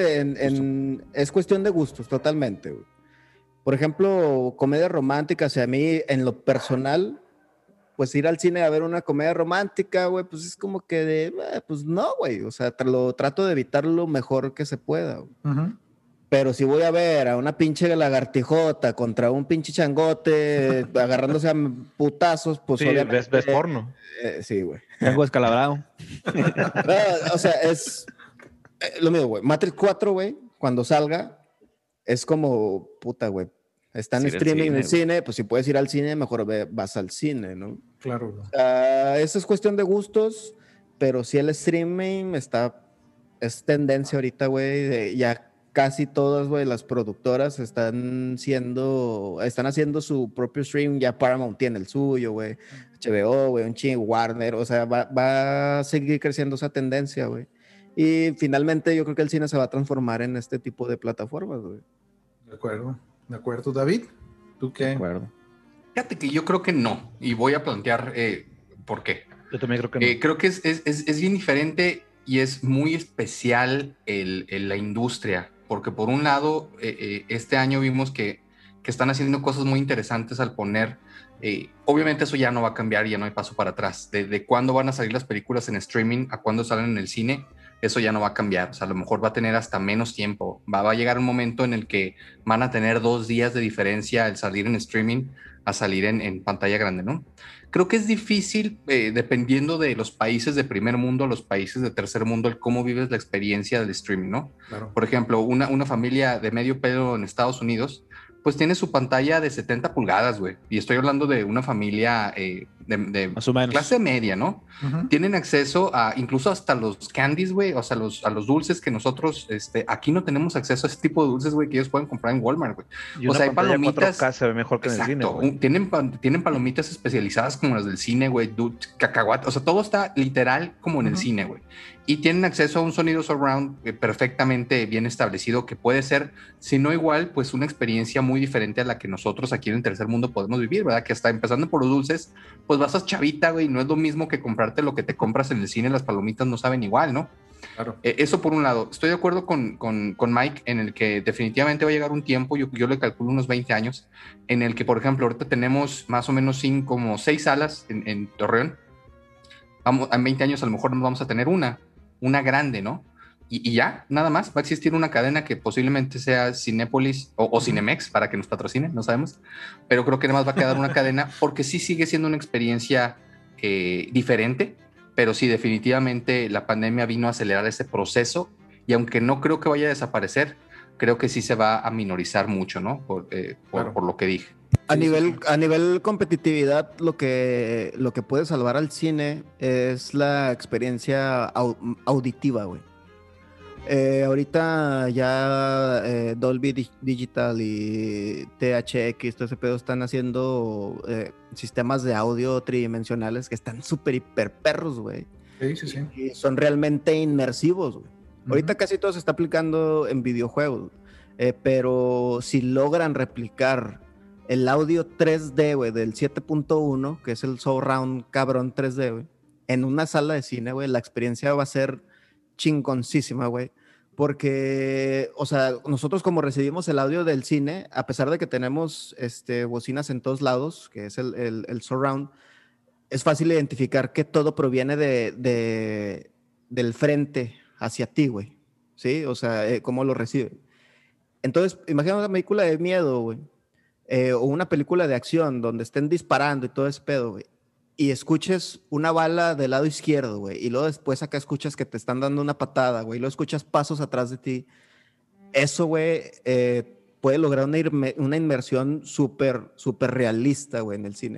Speaker 2: es cuestión de gustos, totalmente, güey. Por ejemplo, comedias románticas, y a mí, en lo personal, pues ir al cine a ver una comedia romántica, güey, pues es como que pues no, güey. O sea, lo trato de evitar lo mejor que se pueda, güey.
Speaker 3: Ujú.
Speaker 2: Pero si voy a ver a una pinche lagartijota contra un pinche changote agarrándose a putazos, pues
Speaker 5: Sí,
Speaker 2: obviamente...
Speaker 5: ves porno.
Speaker 2: Sí, güey.
Speaker 6: Tengo descalabrado.
Speaker 2: No, o sea, es lo mismo, güey. Matrix 4, güey, cuando salga, es como, puta, güey. Está en
Speaker 6: Sí, ir al
Speaker 2: streaming en el
Speaker 6: cine,
Speaker 2: cine, pues si puedes ir al cine, mejor vas al cine, ¿no?
Speaker 3: Claro, güey.
Speaker 2: Eso es cuestión de gustos, pero sí el streaming es tendencia ahorita, güey. Ya casi todas, güey, las productoras están haciendo su propio stream. Ya Paramount tiene el suyo, güey. HBO, güey, un chingo, Warner. O sea, va a seguir creciendo esa tendencia, güey. Y finalmente yo creo que el cine se va a transformar en este tipo de plataformas, güey.
Speaker 3: De acuerdo. De acuerdo. David, ¿tú
Speaker 6: De
Speaker 3: qué?
Speaker 6: acuerdo.
Speaker 4: Fíjate que yo creo que no, y voy a plantear por qué.
Speaker 5: Yo también creo que no.
Speaker 4: Creo que es bien diferente y es muy especial la industria, porque por un lado, este año vimos que están haciendo cosas muy interesantes al poner, obviamente eso ya no va a cambiar, ya no hay paso para atrás, de cuándo van a salir las películas en streaming a cuándo salen en el cine, eso ya no va a cambiar, o sea, a lo mejor va a tener hasta menos tiempo, va a llegar un momento en el que van a tener 2 días de diferencia al salir en streaming a salir en pantalla grande, ¿no? Creo que es difícil, dependiendo de los países de primer mundo, los países de tercer mundo, el cómo vives la experiencia del streaming, ¿no?
Speaker 3: Claro.
Speaker 4: Por ejemplo, una familia de medio pelo en Estados Unidos, pues tiene su pantalla de 70 pulgadas, güey. Y estoy hablando de una familia de
Speaker 6: Más o menos.
Speaker 4: clase media, ¿no?
Speaker 3: Ujú.
Speaker 4: Tienen acceso a incluso hasta los candies, güey, o sea, a los dulces que nosotros aquí no tenemos acceso a ese tipo de dulces, güey, que ellos pueden comprar en Walmart, güey.
Speaker 5: Y
Speaker 4: O
Speaker 5: una
Speaker 4: sea, hay
Speaker 5: pantalla
Speaker 4: palomitas.
Speaker 5: 4K se ve mejor que en el cine,
Speaker 4: Exacto,
Speaker 5: güey.
Speaker 4: tienen palomitas especializadas como las del cine, güey, cacahuate, o sea, todo está literal como en el
Speaker 3: Ujú.
Speaker 4: cine, güey. Y tienen acceso a un sonido surround perfectamente bien establecido que puede ser, si no igual, pues una experiencia muy diferente a la que nosotros aquí en el tercer mundo podemos vivir, ¿verdad? Que hasta empezando por los dulces, pues vas a chavita, güey, no es lo mismo que comprarte lo que te compras en el cine, las palomitas no saben igual, ¿no?
Speaker 3: Claro.
Speaker 4: Eso por un lado. Estoy de acuerdo con Mike en el que definitivamente va a llegar un tiempo, yo le calculo unos 20 años, en el que, por ejemplo, ahorita tenemos más o menos como 6 salas en Torreón. En 20 años a lo mejor nos vamos a tener una grande, ¿no? Y ya, nada más, va a existir una cadena que posiblemente sea Cinépolis o Cinemex para que nos patrocine, no sabemos, pero creo que nada más va a quedar una cadena porque sí sigue siendo una experiencia diferente, pero sí, definitivamente la pandemia vino a acelerar ese proceso y aunque no creo que vaya a desaparecer, creo que sí se va a minorizar mucho, ¿no?
Speaker 3: Claro.
Speaker 4: Por lo que dije.
Speaker 2: A
Speaker 3: Sí,
Speaker 2: nivel competitividad, lo que puede salvar al cine es la experiencia auditiva, güey. Ahorita ya Dolby Digital y THX, todo ese pedo están haciendo sistemas de audio tridimensionales que están súper hiper perros, güey.
Speaker 3: Sí, sí, sí.
Speaker 2: Y son realmente inmersivos, güey.
Speaker 3: Ujú.
Speaker 2: Ahorita casi todo se está aplicando en videojuegos, pero si logran replicar el audio 3D, güey, del 7.1, que es el surround cabrón 3D, güey, en una sala de cine, güey, la experiencia va a ser chingoncísima, güey. Porque, o sea, nosotros como recibimos el audio del cine, a pesar de que tenemos bocinas en todos lados, que es el surround, es fácil identificar que todo proviene del frente hacia ti, güey. ¿Sí? O sea, cómo lo recibe. Entonces, imagina una película de miedo, güey. O una película de acción donde estén disparando y todo ese pedo, güey. Y escuches una bala del lado izquierdo, güey. Y luego después acá escuchas que te están dando una patada, güey. Y luego escuchas pasos atrás de ti. Eso, güey, puede lograr una inmersión súper, súper realista, güey, en el cine, güey.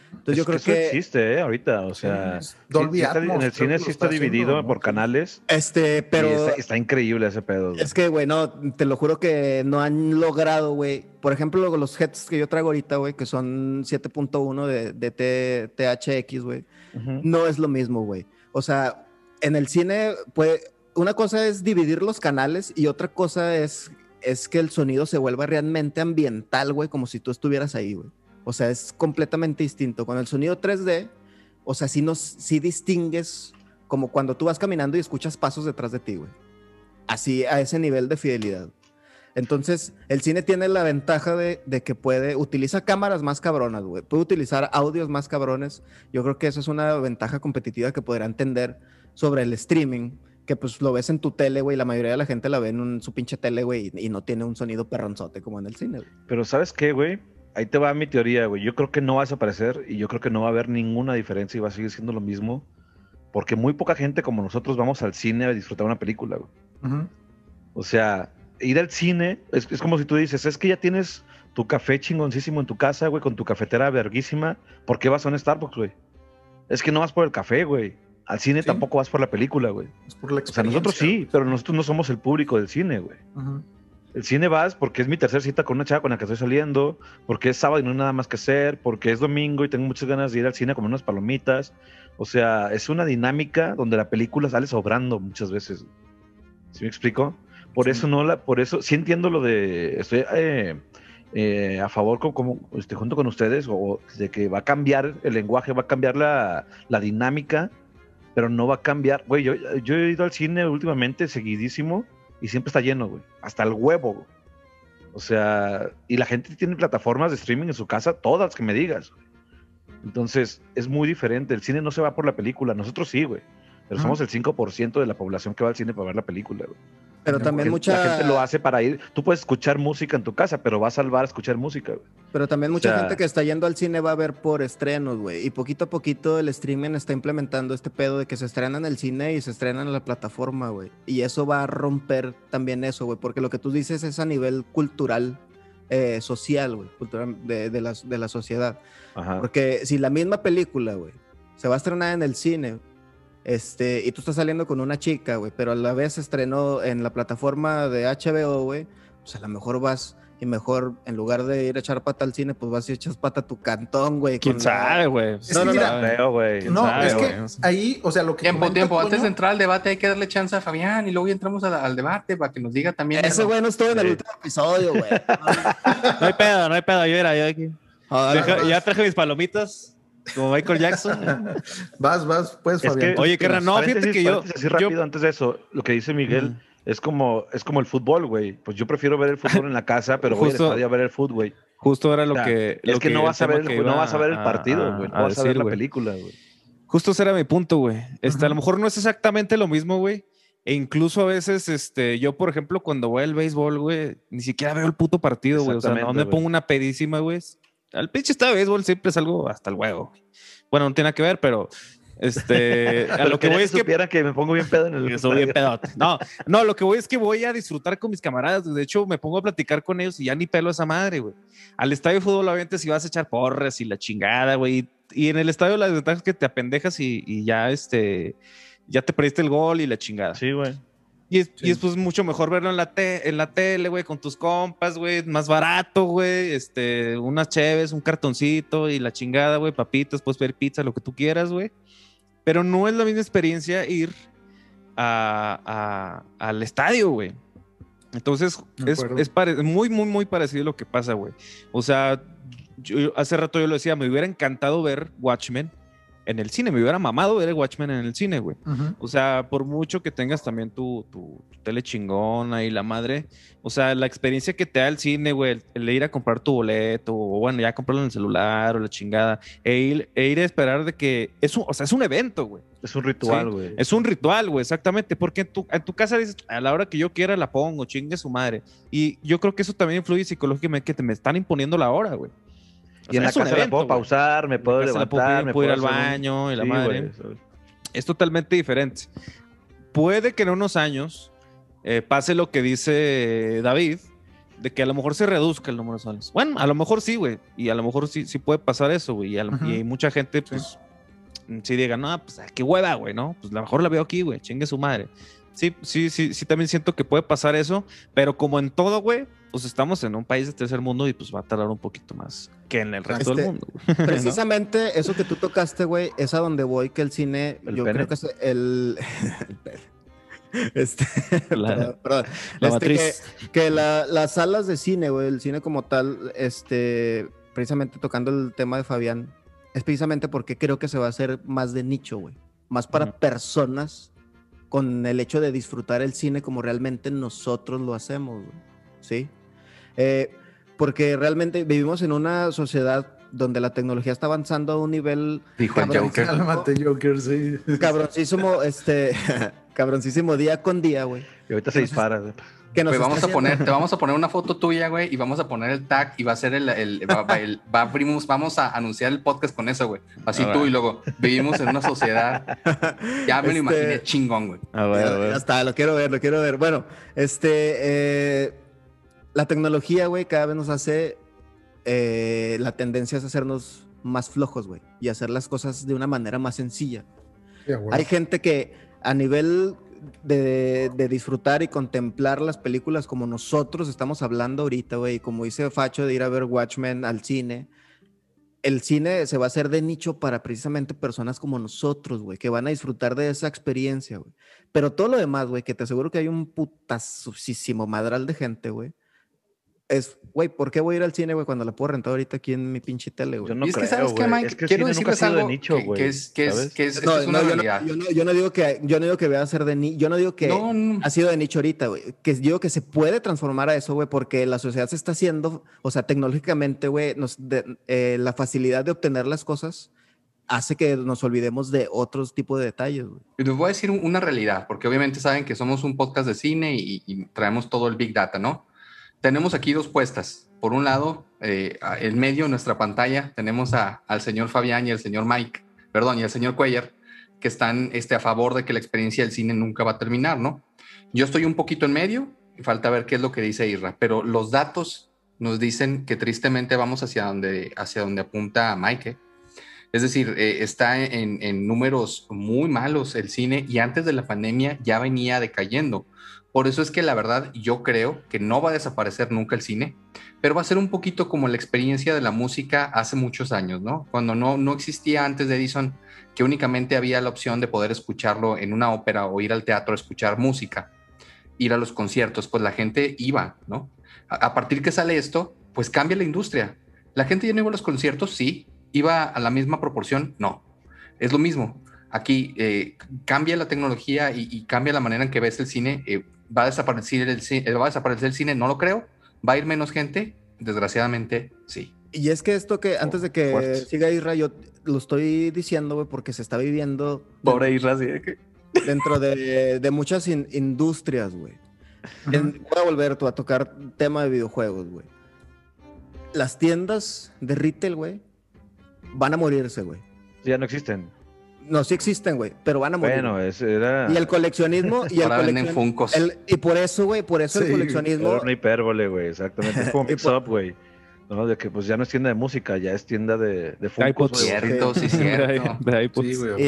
Speaker 2: Entonces yo creo
Speaker 5: eso
Speaker 2: que
Speaker 5: existe, ahorita, o sea,
Speaker 3: Dolby
Speaker 5: en
Speaker 3: Atmos,
Speaker 5: el
Speaker 3: creo
Speaker 5: cine
Speaker 3: que
Speaker 5: sí
Speaker 3: lo
Speaker 5: está
Speaker 3: está
Speaker 5: dividido
Speaker 3: haciendo, ¿no?
Speaker 5: por canales.
Speaker 2: pero
Speaker 5: Y está increíble ese pedo, güey.
Speaker 2: es que, güey, no, te lo juro que no han logrado, güey. Por ejemplo, los headsets que yo traigo ahorita, güey, que son 7.1 de THX, güey,
Speaker 5: Ujú.
Speaker 2: no es lo mismo, güey. O sea, en el cine, pues, una cosa es dividir los canales y otra cosa es que el sonido se vuelva realmente ambiental, güey, como si tú estuvieras ahí, güey. O sea, es completamente distinto. Con el sonido 3D, o sea, sí distingues como cuando tú vas caminando y escuchas pasos detrás de ti, güey. Así, a ese nivel de fidelidad. Entonces, el cine tiene la ventaja de que utiliza cámaras más cabronas, güey. Puede utilizar audios más cabrones. Yo creo que eso es una ventaja competitiva que podrán entender sobre el streaming, que pues lo ves en tu tele, güey. La mayoría de la gente la ve en su pinche tele, güey, y no tiene un sonido perronzote como en el cine, güey.
Speaker 5: Pero ¿sabes qué, güey? Ahí te va mi teoría, güey. Yo creo que no va a desaparecer y yo creo que no va a haber ninguna diferencia y va a seguir siendo lo mismo. Porque muy poca gente como nosotros vamos al cine a disfrutar una película, güey.
Speaker 3: Ujú.
Speaker 5: O sea, ir al cine es como si tú dices, es que ya tienes tu café chingoncísimo en tu casa, güey, con tu cafetera verguísima. ¿Por qué vas a un Starbucks, güey? Es que no vas por el café, güey. Al cine
Speaker 3: Sí.
Speaker 5: tampoco vas por la película, güey.
Speaker 3: Es por la
Speaker 5: O sea, nosotros
Speaker 3: experiencia,
Speaker 5: sí, pero nosotros no somos el público del cine, güey.
Speaker 3: Ujú.
Speaker 5: El cine vas porque es mi tercera cita con una chava con la que estoy saliendo, porque es sábado y no hay nada más que hacer, porque es domingo y tengo muchas ganas de ir al cine a comer unas palomitas. O sea, es una dinámica donde la película sale sobrando muchas veces. ¿Sí me explico? Por
Speaker 3: Sí.
Speaker 5: eso por eso sí entiendo lo de, estoy a favor junto con ustedes, o de que va a cambiar el lenguaje, va a cambiar la dinámica, pero no va a cambiar. Güey, yo he ido al cine últimamente seguidísimo y siempre está lleno, güey. Hasta el huevo, güey. O sea, y la gente tiene plataformas de streaming en su casa, todas que me digas, güey. Entonces, es muy diferente. El cine no se va por la película, nosotros sí, güey. Pero somos el 5% de la población que va al cine para ver la película, güey.
Speaker 2: Pero también
Speaker 5: La gente lo hace para ir. Tú puedes escuchar música en tu casa, pero vas a salvar a escuchar música, güey.
Speaker 2: Pero también
Speaker 5: O
Speaker 2: mucha
Speaker 5: sea,
Speaker 2: gente que está yendo al cine va a ver por estrenos, güey. Y poquito a poquito el streaming está implementando este pedo de que se estrena en el cine y se estrena en la plataforma, güey. Y eso va a romper también eso, güey. Porque lo que tú dices es a nivel cultural, social, güey. Cultural de la sociedad.
Speaker 5: Ajá.
Speaker 2: Porque si la misma película, güey, se va a estrenar en el cine, y tú estás saliendo con una chica, güey, pero a la vez se estrenó en la plataforma de HBO, güey, pues a lo mejor vas y mejor, en lugar de ir a echar pata al cine, pues vas y echas pata a tu cantón, güey.
Speaker 6: ¿Quién sabe, güey?
Speaker 3: Es que mira,
Speaker 5: Creo, güey.
Speaker 3: No,
Speaker 6: sabe,
Speaker 3: es que
Speaker 6: güey?
Speaker 3: ahí, o sea, lo que
Speaker 4: Tiempo,
Speaker 3: comenta
Speaker 4: tiempo.
Speaker 3: Toño-
Speaker 4: Antes de entrar al debate hay que darle chance a Fabián y luego ya entramos al debate para que nos diga también.
Speaker 2: Ese güey no estuvo en el
Speaker 5: Sí.
Speaker 2: último episodio, güey.
Speaker 6: No hay pedo, no hay pedo. Yo era aquí.
Speaker 2: Ahora,
Speaker 6: Ya traje mis palomitas, como Michael Jackson.
Speaker 3: Vas, pues,
Speaker 5: Es
Speaker 3: Fabián.
Speaker 5: que-
Speaker 6: Oye, carnal, no, fíjate que yo...
Speaker 5: Así rápido, antes de eso, lo que dice Miguel es como el fútbol, güey. Pues yo prefiero ver el fútbol en la casa, pero voy al
Speaker 6: Justo-
Speaker 5: estadio a ver el fútbol, güey.
Speaker 6: Justo era lo
Speaker 5: O sea,
Speaker 6: que...
Speaker 5: es que no vas a ver
Speaker 6: el
Speaker 5: no vas a ver el partido, güey. No vas a ver la
Speaker 6: güey.
Speaker 5: película, güey.
Speaker 6: Justo ese era mi punto, güey.
Speaker 3: Ujú.
Speaker 6: A lo mejor no es exactamente lo mismo, güey. E incluso a veces, yo, por ejemplo, cuando voy al béisbol, güey, ni siquiera veo el puto partido, güey. O sea, no
Speaker 5: Exactamente,
Speaker 6: me
Speaker 5: güey.
Speaker 6: pongo una pedísima, güey. Al pinche estadio de béisbol siempre salgo hasta el huevo, güey. Bueno, no tiene nada que ver, pero a lo que voy es que
Speaker 5: supiera que me pongo bien pedo en el
Speaker 6: soy bien
Speaker 5: estadio.
Speaker 6: pedote. No, lo que voy es que voy a disfrutar con mis camaradas. De hecho, me pongo a platicar con ellos y ya ni pelo a esa madre, güey. Al estadio de fútbol, obviamente, si vas a echar porras y la chingada, güey. Y en el estadio, la desventaja es que te apendejas y ya, ya te perdiste el gol y la chingada.
Speaker 5: Sí, güey.
Speaker 6: Y es pues mucho mejor verlo en la tele, güey, con tus compas, güey, más barato, güey, unas cheves, un cartoncito y la chingada, güey, papitas, puedes pedir pizza, lo que tú quieras, güey. Pero no es la misma experiencia ir al estadio, güey. Entonces,
Speaker 3: De acuerdo.
Speaker 6: es muy, muy, muy parecido a lo que pasa, güey. O sea, hace rato yo lo decía, me hubiera encantado ver Watchmen en el cine, me hubiera mamado ver el Watchmen en el cine, güey.
Speaker 3: Ujú.
Speaker 6: O sea, por mucho que tengas también tu tele chingona y la madre, o sea, la experiencia que te da el cine, güey, el de ir a comprar tu boleto, o bueno, ya comprarlo en el celular o la chingada, e ir a esperar de que, es un evento, güey.
Speaker 5: Es un ritual,
Speaker 6: Sí,
Speaker 5: güey.
Speaker 6: Es un ritual, güey, exactamente, porque en tu casa dices, a la hora que yo quiera la pongo, chingue su madre. Y yo creo que eso también influye psicológicamente, que te me están imponiendo la hora, güey. O
Speaker 5: Y en
Speaker 6: sea,
Speaker 5: la
Speaker 6: es un
Speaker 5: casa la
Speaker 6: evento,
Speaker 5: puedo
Speaker 6: güey.
Speaker 5: pausar, me
Speaker 6: En la
Speaker 5: puedo
Speaker 6: casa la
Speaker 5: levantar, me
Speaker 6: puedo ir al
Speaker 5: hacer un-
Speaker 6: baño y la
Speaker 5: Sí,
Speaker 6: madre.
Speaker 5: güey, ¿sabes?
Speaker 6: Es totalmente diferente. Puede que en unos años pase lo que dice David, de que a lo mejor se reduzca el número de salas. Bueno, a lo mejor sí, güey. Y a lo mejor sí puede pasar eso, güey. Y mucha gente, pues, sí diga, no, pues, qué hueva, güey, ¿no? Pues a lo mejor la veo aquí, güey, chingue su madre. Sí, también siento que puede pasar eso, pero como en todo, güey, pues estamos en un país de tercer mundo y pues va a tardar un poquito más que en el resto del mundo.
Speaker 2: Precisamente ¿no? Eso que tú tocaste, güey, es a donde voy, que el cine,
Speaker 5: ¿El
Speaker 2: yo
Speaker 5: pene?
Speaker 2: creo que es el perdón.
Speaker 6: La matriz.
Speaker 2: Que las salas de cine, güey, el cine como tal, precisamente tocando el tema de Fabián, es precisamente porque creo que se va a hacer más de nicho, güey. Más para personas con el hecho de disfrutar el cine como realmente nosotros lo hacemos, güey. ¿Sí? Porque realmente vivimos en una sociedad donde la tecnología está avanzando a un nivel...
Speaker 4: Dijo el Joker.
Speaker 3: Cálmate, Joker, sí.
Speaker 2: Cabroncísimo, cabroncísimo día con día, güey.
Speaker 5: Y ahorita se dispara.
Speaker 2: Que nos
Speaker 4: Güey,
Speaker 2: está haciendo-
Speaker 4: te vamos a poner una foto tuya, güey, y vamos a poner el tag y va a ser vamos a anunciar el podcast con eso, güey. Así tú y luego vivimos en una sociedad. Ya me lo imaginé chingón, güey.
Speaker 2: Ya está, lo quiero ver. Bueno, la tecnología, güey, cada vez nos hace... la tendencia es hacernos más flojos, güey, y hacer las cosas de una manera más sencilla.
Speaker 3: Sí, güey.
Speaker 2: Hay gente que a nivel de disfrutar y contemplar las películas como nosotros estamos hablando ahorita, güey, como dice Facho de ir a ver Watchmen al cine, el cine se va a hacer de nicho para precisamente personas como nosotros, güey, que van a disfrutar de esa experiencia, güey. Pero todo lo demás, güey, que te aseguro que hay un putasísimo madral de gente, güey, es, güey, ¿por qué voy a ir al cine, güey, cuando la puedo rentar ahorita aquí en mi pinche tele, güey?
Speaker 5: Yo no
Speaker 4: Y es que,
Speaker 5: creo,
Speaker 4: ¿sabes qué,
Speaker 5: güey.
Speaker 4: Mike?
Speaker 5: Es que el
Speaker 4: Quiero
Speaker 5: cine nunca ha
Speaker 4: decirles
Speaker 5: sido de
Speaker 4: algo
Speaker 5: nicho, güey.
Speaker 4: que
Speaker 5: ¿sabes?
Speaker 4: es una realidad.
Speaker 2: Yo no digo que vaya a ser de nicho. Yo no digo que
Speaker 4: No.
Speaker 2: ha sido de nicho ahorita, güey. Que yo digo que se puede transformar a eso, güey, porque la sociedad se está haciendo, o sea, tecnológicamente, güey, la facilidad de obtener las cosas hace que nos olvidemos de otros tipos de detalles, güey.
Speaker 4: Y les voy a decir una realidad, porque obviamente saben que somos un podcast de cine y traemos todo el Big Data, ¿no? Tenemos aquí dos puestas. Por un lado, en medio de nuestra pantalla, tenemos al señor Fabián y al señor y al señor Cuellar, que están a favor de que la experiencia del cine nunca va a terminar, ¿no? Yo estoy un poquito en medio y falta ver qué es lo que dice Irra, pero los datos nos dicen que tristemente vamos hacia donde apunta Mike. Es decir, está en números muy malos el cine y antes de la pandemia ya venía decayendo. Por eso es que la verdad yo creo que no va a desaparecer nunca el cine, pero va a ser un poquito como la experiencia de la música hace muchos años, ¿no? Cuando no existía antes de Edison, que únicamente había la opción de poder escucharlo en una ópera o ir al teatro a escuchar música, ir a los conciertos, pues la gente iba, ¿no? A partir que sale esto, pues cambia la industria. La gente ya no iba a los conciertos, sí. ¿Iba a la misma proporción? No. Es lo mismo. Aquí cambia la tecnología y cambia la manera en que ves el cine. ¿Va a desaparecer el cine? No lo creo. ¿Va a ir menos gente? Desgraciadamente, sí.
Speaker 2: Y es que esto que antes de que
Speaker 4: fuertes.
Speaker 2: siga Isra, yo lo estoy diciendo, güey, porque se está viviendo
Speaker 4: Pobre Isra, sí, de que...
Speaker 2: dentro de muchas industrias, güey. Voy a volver a tocar tema de videojuegos, güey. Las tiendas de retail, güey, van a morirse, güey.
Speaker 5: Ya no existen.
Speaker 2: No, sí existen, güey, pero van a morir.
Speaker 5: Bueno, ese era...
Speaker 2: Y el coleccionismo...
Speaker 4: Ahora venden Funkos.
Speaker 2: Y por eso, güey, el coleccionismo...
Speaker 5: Era una hipérbole, güey, exactamente. Es como Mix Up, güey. ¿No? De que pues ya no es tienda de música, ya es tienda de Funkos,
Speaker 6: iPods.
Speaker 5: güey.
Speaker 4: Cierto, sí, cierto.
Speaker 6: De iPods.
Speaker 3: Sí, güey.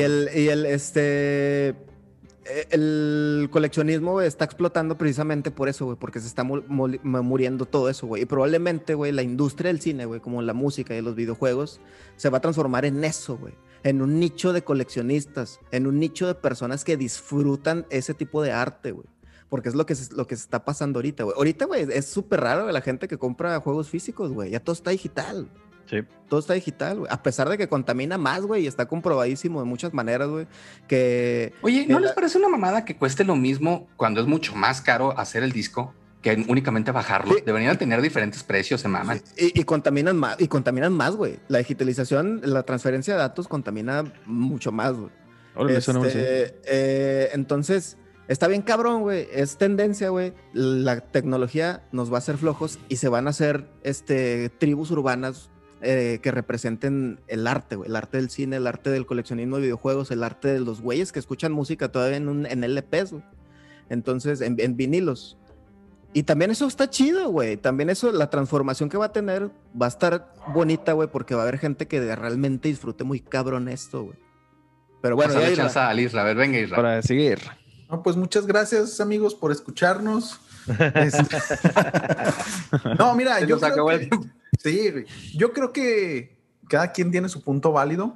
Speaker 2: El coleccionismo, güey, está explotando precisamente por eso, güey, porque se está muriendo todo eso, güey. Y probablemente, güey, la industria del cine, güey, como la música y los videojuegos, se va a transformar en eso, güey. En un nicho de coleccionistas, en un nicho de personas que disfrutan ese tipo de arte, güey. Porque es lo que se está pasando ahorita, güey. Ahorita, güey, es súper raro, güey, la gente que compra juegos físicos, güey. Ya todo está digital.
Speaker 5: Sí.
Speaker 2: Todo está digital, güey. A pesar de que contamina más, güey, y está comprobadísimo de muchas maneras, güey, que...
Speaker 4: Oye, ¿no les parece una mamada que cueste lo mismo cuando es mucho más caro hacer el disco que únicamente bajarlo?
Speaker 2: Sí.
Speaker 4: Deberían tener diferentes precios, se maman.
Speaker 2: Y contaminan más, güey. La digitalización, la transferencia de datos contamina mucho más, güey.
Speaker 6: Órale, suena muy bien.
Speaker 2: Entonces, está bien cabrón, güey. Es tendencia, güey. La tecnología nos va a hacer flojos y se van a hacer tribus urbanas que representen el arte, güey. El arte del cine, el arte del coleccionismo de videojuegos, el arte de los güeyes que escuchan música todavía en LPs, güey. Entonces, en vinilos. Y también eso está chido, güey. También eso, la transformación que va a tener va a estar bonita, güey, porque va a haber gente que realmente disfrute muy cabrón esto, güey. Pero bueno,
Speaker 4: Pásale
Speaker 2: ya,
Speaker 4: chance al Isra. A ver, venga, Isra.
Speaker 6: Para seguir.
Speaker 3: No, pues muchas gracias, amigos, por escucharnos. No, mira,
Speaker 4: Se
Speaker 3: yo
Speaker 4: nos
Speaker 3: creo
Speaker 4: acabó el
Speaker 3: que...
Speaker 4: tiempo.
Speaker 3: Sí, güey. Yo creo que cada quien tiene su punto válido,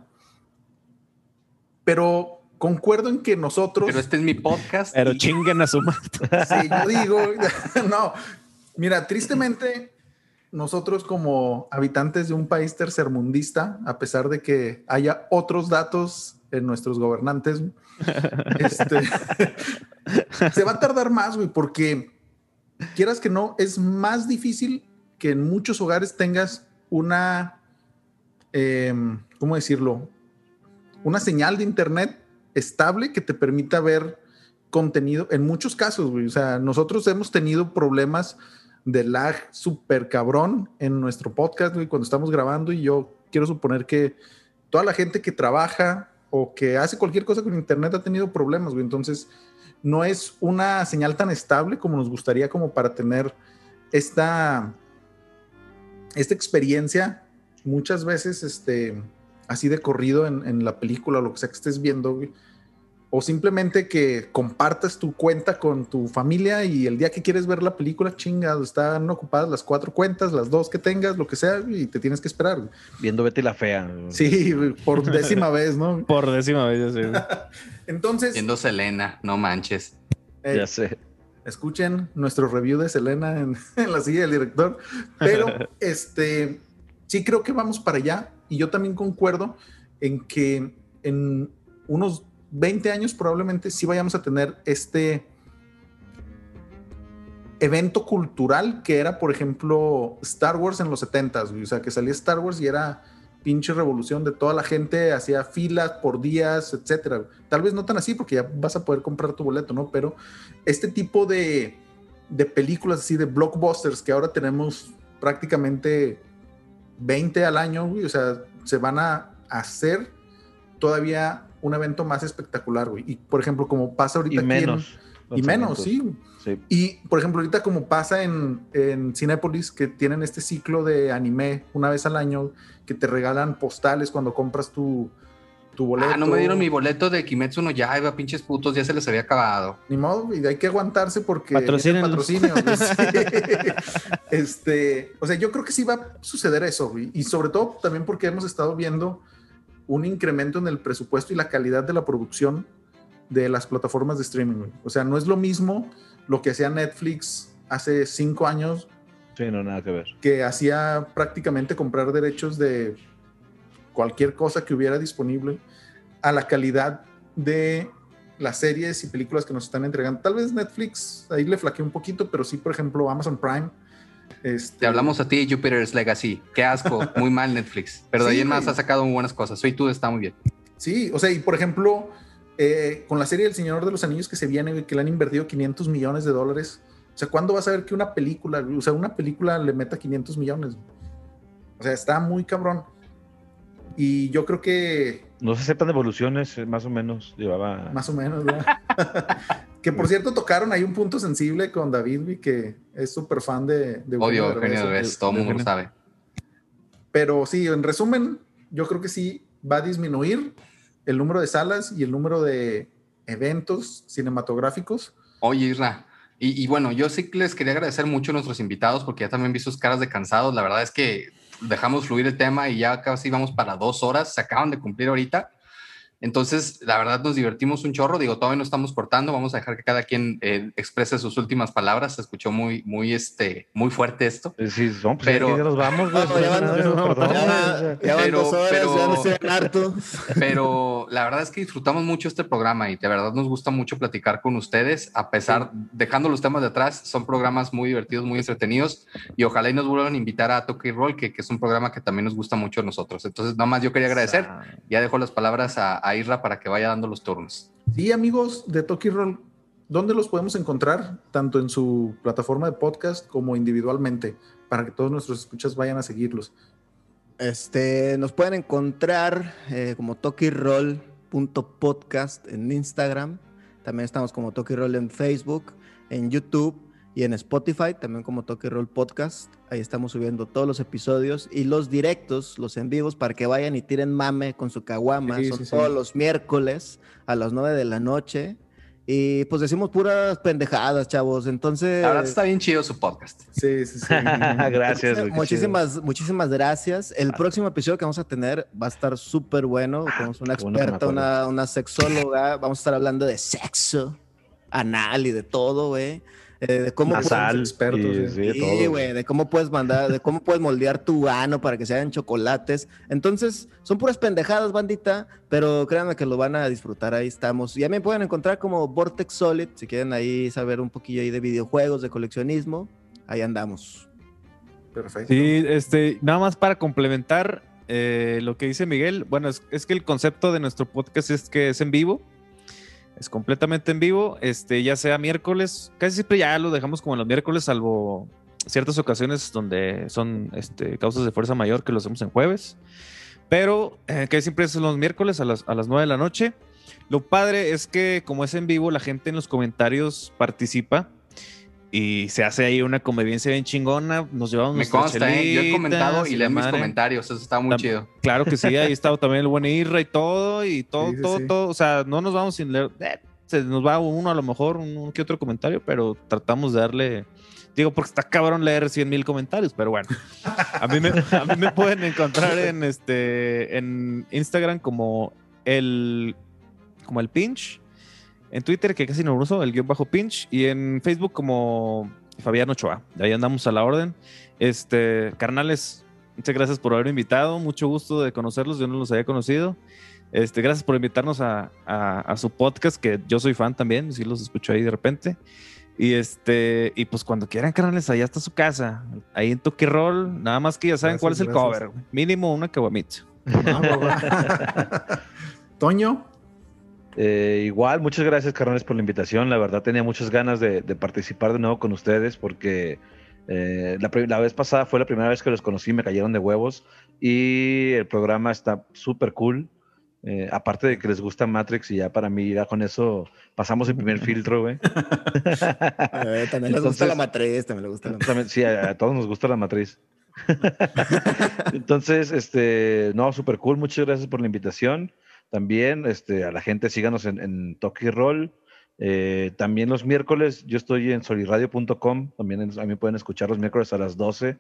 Speaker 3: pero concuerdo en que nosotros...
Speaker 4: Pero este es mi podcast.
Speaker 6: Pero
Speaker 4: y-
Speaker 6: chinguen a su madre.
Speaker 3: Sí, yo digo, no, mira, tristemente nosotros como habitantes de un país tercermundista, a pesar de que haya otros datos en nuestros gobernantes, este, se va a tardar más, güey, porque quieras que no, es más difícil que en muchos hogares tengas una, ¿cómo decirlo? Una señal de internet estable que te permita ver contenido en muchos casos, güey. O sea, nosotros hemos tenido problemas de lag súper cabrón en nuestro podcast, güey, cuando estamos grabando, y yo quiero suponer que toda la gente que trabaja o que hace cualquier cosa con internet ha tenido problemas, güey. Entonces, no es una señal tan estable como nos gustaría como para tener esta experiencia muchas veces así de corrido en la película o lo que sea que estés viendo, güey. O simplemente que compartas tu cuenta con tu familia y el día que quieres ver la película, chingado, están ocupadas las 4 cuentas, las 2 que tengas, lo que sea, y te tienes que esperar, güey.
Speaker 5: Viendo Betty la Fea.
Speaker 3: Sí, güey, por 10ª vez, ¿no?
Speaker 6: Por 10ª vez, ya sé, güey.
Speaker 3: Entonces,
Speaker 4: Viendo Selena, no manches.
Speaker 5: Ya sé.
Speaker 3: escuchen nuestro review de Selena en la silla del director, pero sí creo que vamos para allá, y yo también concuerdo en que en unos 20 años probablemente sí vayamos a tener este evento cultural que era, por ejemplo, Star Wars en los 70s, güey. O sea, que salía Star Wars y era pinche revolución de toda la gente, hacía filas por días, etcétera. Tal vez no tan así porque ya vas a poder comprar tu boleto, ¿no? Pero este tipo de películas así, de blockbusters que ahora tenemos prácticamente 20 al año, güey. O sea, se van a hacer todavía un evento más espectacular, güey. Y, por ejemplo, como pasa ahorita
Speaker 5: Y
Speaker 3: aquí
Speaker 5: menos.
Speaker 3: y menos, sí.
Speaker 5: Sí.
Speaker 3: Y, por ejemplo, ahorita como pasa en Cinépolis, que tienen este ciclo de anime una vez al año, que te regalan postales cuando compras tu boleto.
Speaker 4: Ah, no me dieron mi boleto de Kimetsu no Yaiba, pinches putos, ya se les había acabado.
Speaker 3: Ni modo, y hay que aguantarse porque viene el
Speaker 6: Patrocínenlos.
Speaker 3: patrocinio. Güey. Sí. O sea, yo creo que sí va a suceder eso, güey. Y sobre todo también porque hemos estado viendo un incremento en el presupuesto y la calidad de la producción de las plataformas de streaming, güey. O sea, no es lo mismo lo que hacía Netflix hace 5 años,
Speaker 5: Sí, no, nada que ver.
Speaker 3: que hacía prácticamente comprar derechos de cualquier cosa que hubiera disponible, a la calidad de las series y películas que nos están entregando. Tal vez Netflix ahí le flaqueó un poquito, pero sí, por ejemplo, Amazon Prime.
Speaker 4: Te hablamos a ti, Jupiter's Legacy. Qué asco, muy mal Netflix. Pero de
Speaker 3: Sí,
Speaker 4: ahí en más
Speaker 3: güey.
Speaker 4: ha sacado muy buenas cosas. Soy tú, está muy bien.
Speaker 3: Sí, o sea, y por ejemplo, con la serie del Señor de los Anillos que se viene, güey, que le han invertido $500 millones. O sea, ¿cuándo vas a ver que una película le meta 500 millones? O sea, está muy cabrón. Y yo creo que
Speaker 5: No se aceptan devoluciones, más o menos. Llevaba.
Speaker 3: más o menos, ¿verdad? Que por cierto tocaron ahí un punto sensible con David, güey, que es súper fan de
Speaker 4: Odio
Speaker 3: Eugenio
Speaker 4: Eugenio
Speaker 3: Derbez.
Speaker 4: Derbez, todo el mundo lo
Speaker 5: Eugenio.
Speaker 4: sabe.
Speaker 3: Pero sí, en resumen, yo creo que sí va a disminuir el número de salas y el número de eventos cinematográficos.
Speaker 4: Oye, Isra, y bueno, yo sí que les quería agradecer mucho a nuestros invitados porque ya también vi sus caras de cansados. La verdad es que dejamos fluir el tema y ya casi vamos para 2 horas. Se acaban de cumplir ahorita. Entonces, la verdad nos divertimos un chorro. Digo, todavía no estamos cortando. Vamos a dejar que cada quien exprese sus últimas palabras. Se escuchó muy fuerte esto.
Speaker 5: Sí, no, pues
Speaker 4: Pero-
Speaker 5: ya nos vamos, güey.
Speaker 2: No, ya van-
Speaker 5: Madre,
Speaker 2: no,
Speaker 5: perdón,
Speaker 2: ya
Speaker 5: güey, o sea.
Speaker 2: van
Speaker 4: Pero-
Speaker 2: 2 horas,
Speaker 4: pero-
Speaker 2: ya no estoy harto.
Speaker 4: Pero la verdad es que disfrutamos mucho este programa y de verdad nos gusta mucho platicar con ustedes, a pesar, dejando los temas de atrás, son programas muy divertidos, muy entretenidos y ojalá y nos vuelvan a invitar a Toque y Roll, que es un programa que también nos gusta mucho a nosotros. Entonces, nada más yo quería agradecer, ya dejo las palabras a Isra para que vaya dando los turnos.
Speaker 3: Sí, amigos de Toki Roll, ¿dónde los podemos encontrar? Tanto en su plataforma de podcast como individualmente, para que todos nuestros escuchas vayan a seguirlos.
Speaker 2: Nos pueden encontrar como tokiroll.podcast en Instagram. También estamos como Tokiroll en Facebook, en YouTube y en Spotify, también como Toque Roll Podcast. Ahí estamos subiendo todos los episodios y los directos, los en vivos, para que vayan y tiren mame con su caguama.
Speaker 3: Sí,
Speaker 2: Son
Speaker 3: sí, sí.
Speaker 2: todos los miércoles a las 9 de la noche. Y pues decimos puras pendejadas, chavos. Entonces,
Speaker 4: La verdad está bien chido su podcast.
Speaker 3: Sí, sí, sí.
Speaker 5: Gracias, güey, qué
Speaker 2: muchísimas gracias. El próximo episodio que vamos a tener va a estar súper bueno. Tenemos una
Speaker 5: qué bueno que me
Speaker 2: experta,
Speaker 5: acuerdo.
Speaker 2: una sexóloga. Vamos a estar hablando de sexo anal y de todo, güey. De cómo
Speaker 5: Nasal,
Speaker 3: expertos,
Speaker 5: y,
Speaker 3: sí.
Speaker 5: sí, de
Speaker 2: Sí,
Speaker 5: todo.
Speaker 2: güey, de cómo puedes mandar, de cómo puedes moldear tu ano para que se hagan chocolates. Entonces, son puras pendejadas, bandita, pero créanme que lo van a disfrutar, ahí estamos. Ya me pueden encontrar como Vortex Solid, si quieren ahí saber un poquillo ahí de videojuegos, de coleccionismo, ahí andamos.
Speaker 3: Perfecto.
Speaker 6: Sí, nada más para complementar lo que dice Miguel. Bueno, es que el concepto de nuestro podcast es que es en vivo. Es completamente en vivo, ya sea miércoles, casi siempre ya lo dejamos como en los miércoles, salvo ciertas ocasiones donde son causas de fuerza mayor que lo hacemos en jueves, pero casi siempre es los miércoles a las 9 de la noche. Lo padre es que como es en vivo, la gente en los comentarios participa y se hace ahí una convivencia bien chingona, nos llevamos
Speaker 4: Me
Speaker 6: nuestras
Speaker 4: consta, yo he comentado
Speaker 6: chelitas
Speaker 4: y leo mis
Speaker 6: madre.
Speaker 4: comentarios, eso está muy chido.
Speaker 6: Claro que sí, ahí estaba también el buen Irra y todo,
Speaker 3: Sí, sí, sí.
Speaker 6: todo, o sea, no nos vamos sin leer, se nos va uno a lo mejor, un que otro comentario, pero tratamos de darle, digo, porque está cabrón leer 100,000 comentarios, pero bueno, a mí me pueden encontrar en Instagram como el Pinch, en Twitter, que casi no uso, el _Pinch, y en Facebook como Fabián Ochoa. Ahí andamos a la orden. Carnales, muchas gracias por haberme invitado. Mucho gusto de conocerlos. Yo no los había conocido. Gracias por invitarnos a su podcast, que yo soy fan también. Sí los escucho ahí de repente. Y pues cuando quieran, carnales, allá está su casa. Ahí en Toque Roll. Nada más que ya saben
Speaker 3: Gracias,
Speaker 6: cuál es el
Speaker 3: gracias.
Speaker 6: cover. Güey. Mínimo una caguamita.
Speaker 3: Toño.
Speaker 5: Igual, muchas gracias, carnales, por la invitación. La verdad tenía muchas ganas de participar de nuevo con ustedes porque la vez pasada fue la primera vez que los conocí, me cayeron de huevos y el programa está súper cool. Aparte de que les gusta Matrix y ya para mí ya con eso pasamos el primer filtro, güey.
Speaker 2: También les gusta la matriz, también les gusta la matriz.
Speaker 5: También, sí, a todos nos gusta la matriz. Entonces, no, súper cool. Muchas gracias por la invitación. También, a la gente síganos en Toque Roll. También los miércoles, yo estoy en soliradio.com. También a mí pueden escuchar los miércoles a las 12.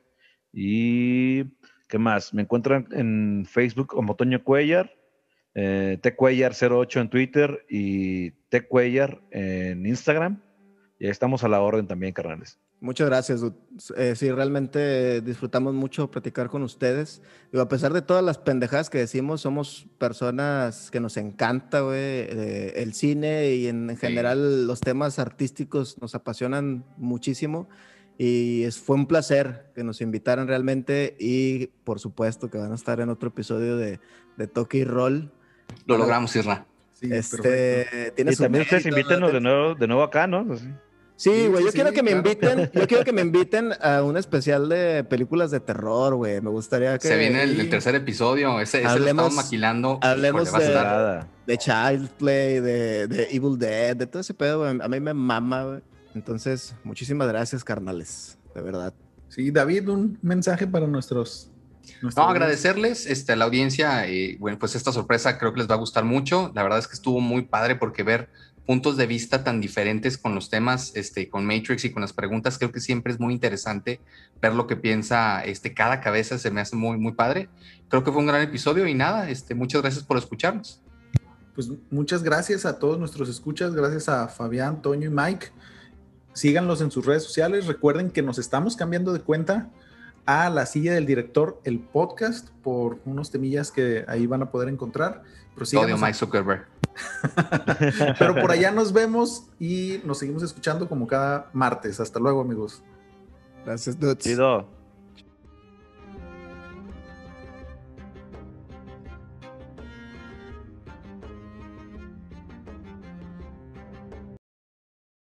Speaker 5: Y, ¿qué más? Me encuentran en Facebook como Toño Cuellar, tcuellar08 en Twitter y tcuellar en Instagram. Y ahí estamos a la orden también, carnales.
Speaker 2: Muchas gracias, dude. Sí, realmente disfrutamos mucho platicar con ustedes. Digo, a pesar de todas las pendejadas que decimos, somos personas que nos encanta, güey, el cine y en general los temas artísticos nos apasionan muchísimo. Y fue un placer que nos invitaran realmente y por supuesto que van a estar en otro episodio de Toque y Roll.
Speaker 4: Lo logramos, Isra.
Speaker 3: Sí,
Speaker 2: tiene
Speaker 5: Y
Speaker 2: su
Speaker 5: también ustedes
Speaker 2: mérito,
Speaker 5: invítenos
Speaker 2: ¿no?
Speaker 5: de nuevo acá, ¿no? Así.
Speaker 2: Sí, güey,
Speaker 3: Sí,
Speaker 2: yo quiero que me
Speaker 3: claro.
Speaker 2: inviten, yo quiero que me inviten a un especial de películas de terror, güey. Me gustaría que
Speaker 4: Se viene el tercer episodio, ese lo
Speaker 2: Hablemos-
Speaker 4: estamos maquilando.
Speaker 2: hablemos
Speaker 4: Híjole, va a estar-
Speaker 5: Nada.
Speaker 2: de Child Play, de Evil Dead, de todo ese pedo, güey. A mí me mama, güey. Entonces, muchísimas gracias, carnales, de verdad.
Speaker 3: Sí, David, un mensaje para nuestros
Speaker 4: No, agradecerles a la audiencia. Bueno, pues esta sorpresa creo que les va a gustar mucho. La verdad es que estuvo muy padre porque ver puntos de vista tan diferentes con los temas, con Matrix y con las preguntas, creo que siempre es muy interesante ver lo que piensa cada cabeza, se me hace muy, muy padre. Creo que fue un gran episodio y nada, muchas gracias por escucharnos.
Speaker 3: Pues muchas gracias a todos nuestros escuchas, gracias a Fabián, Toño y Mike. Síganlos en sus redes sociales. Recuerden que nos estamos cambiando de cuenta a La Silla del Director, el podcast, por unos temillas que ahí van a poder encontrar. Pero
Speaker 4: Odio
Speaker 3: síganos,
Speaker 4: Mike Zuckerberg.
Speaker 3: pero por allá nos vemos y nos seguimos escuchando como cada martes. Hasta luego, amigos.
Speaker 2: Gracias, dudes.
Speaker 5: Chido.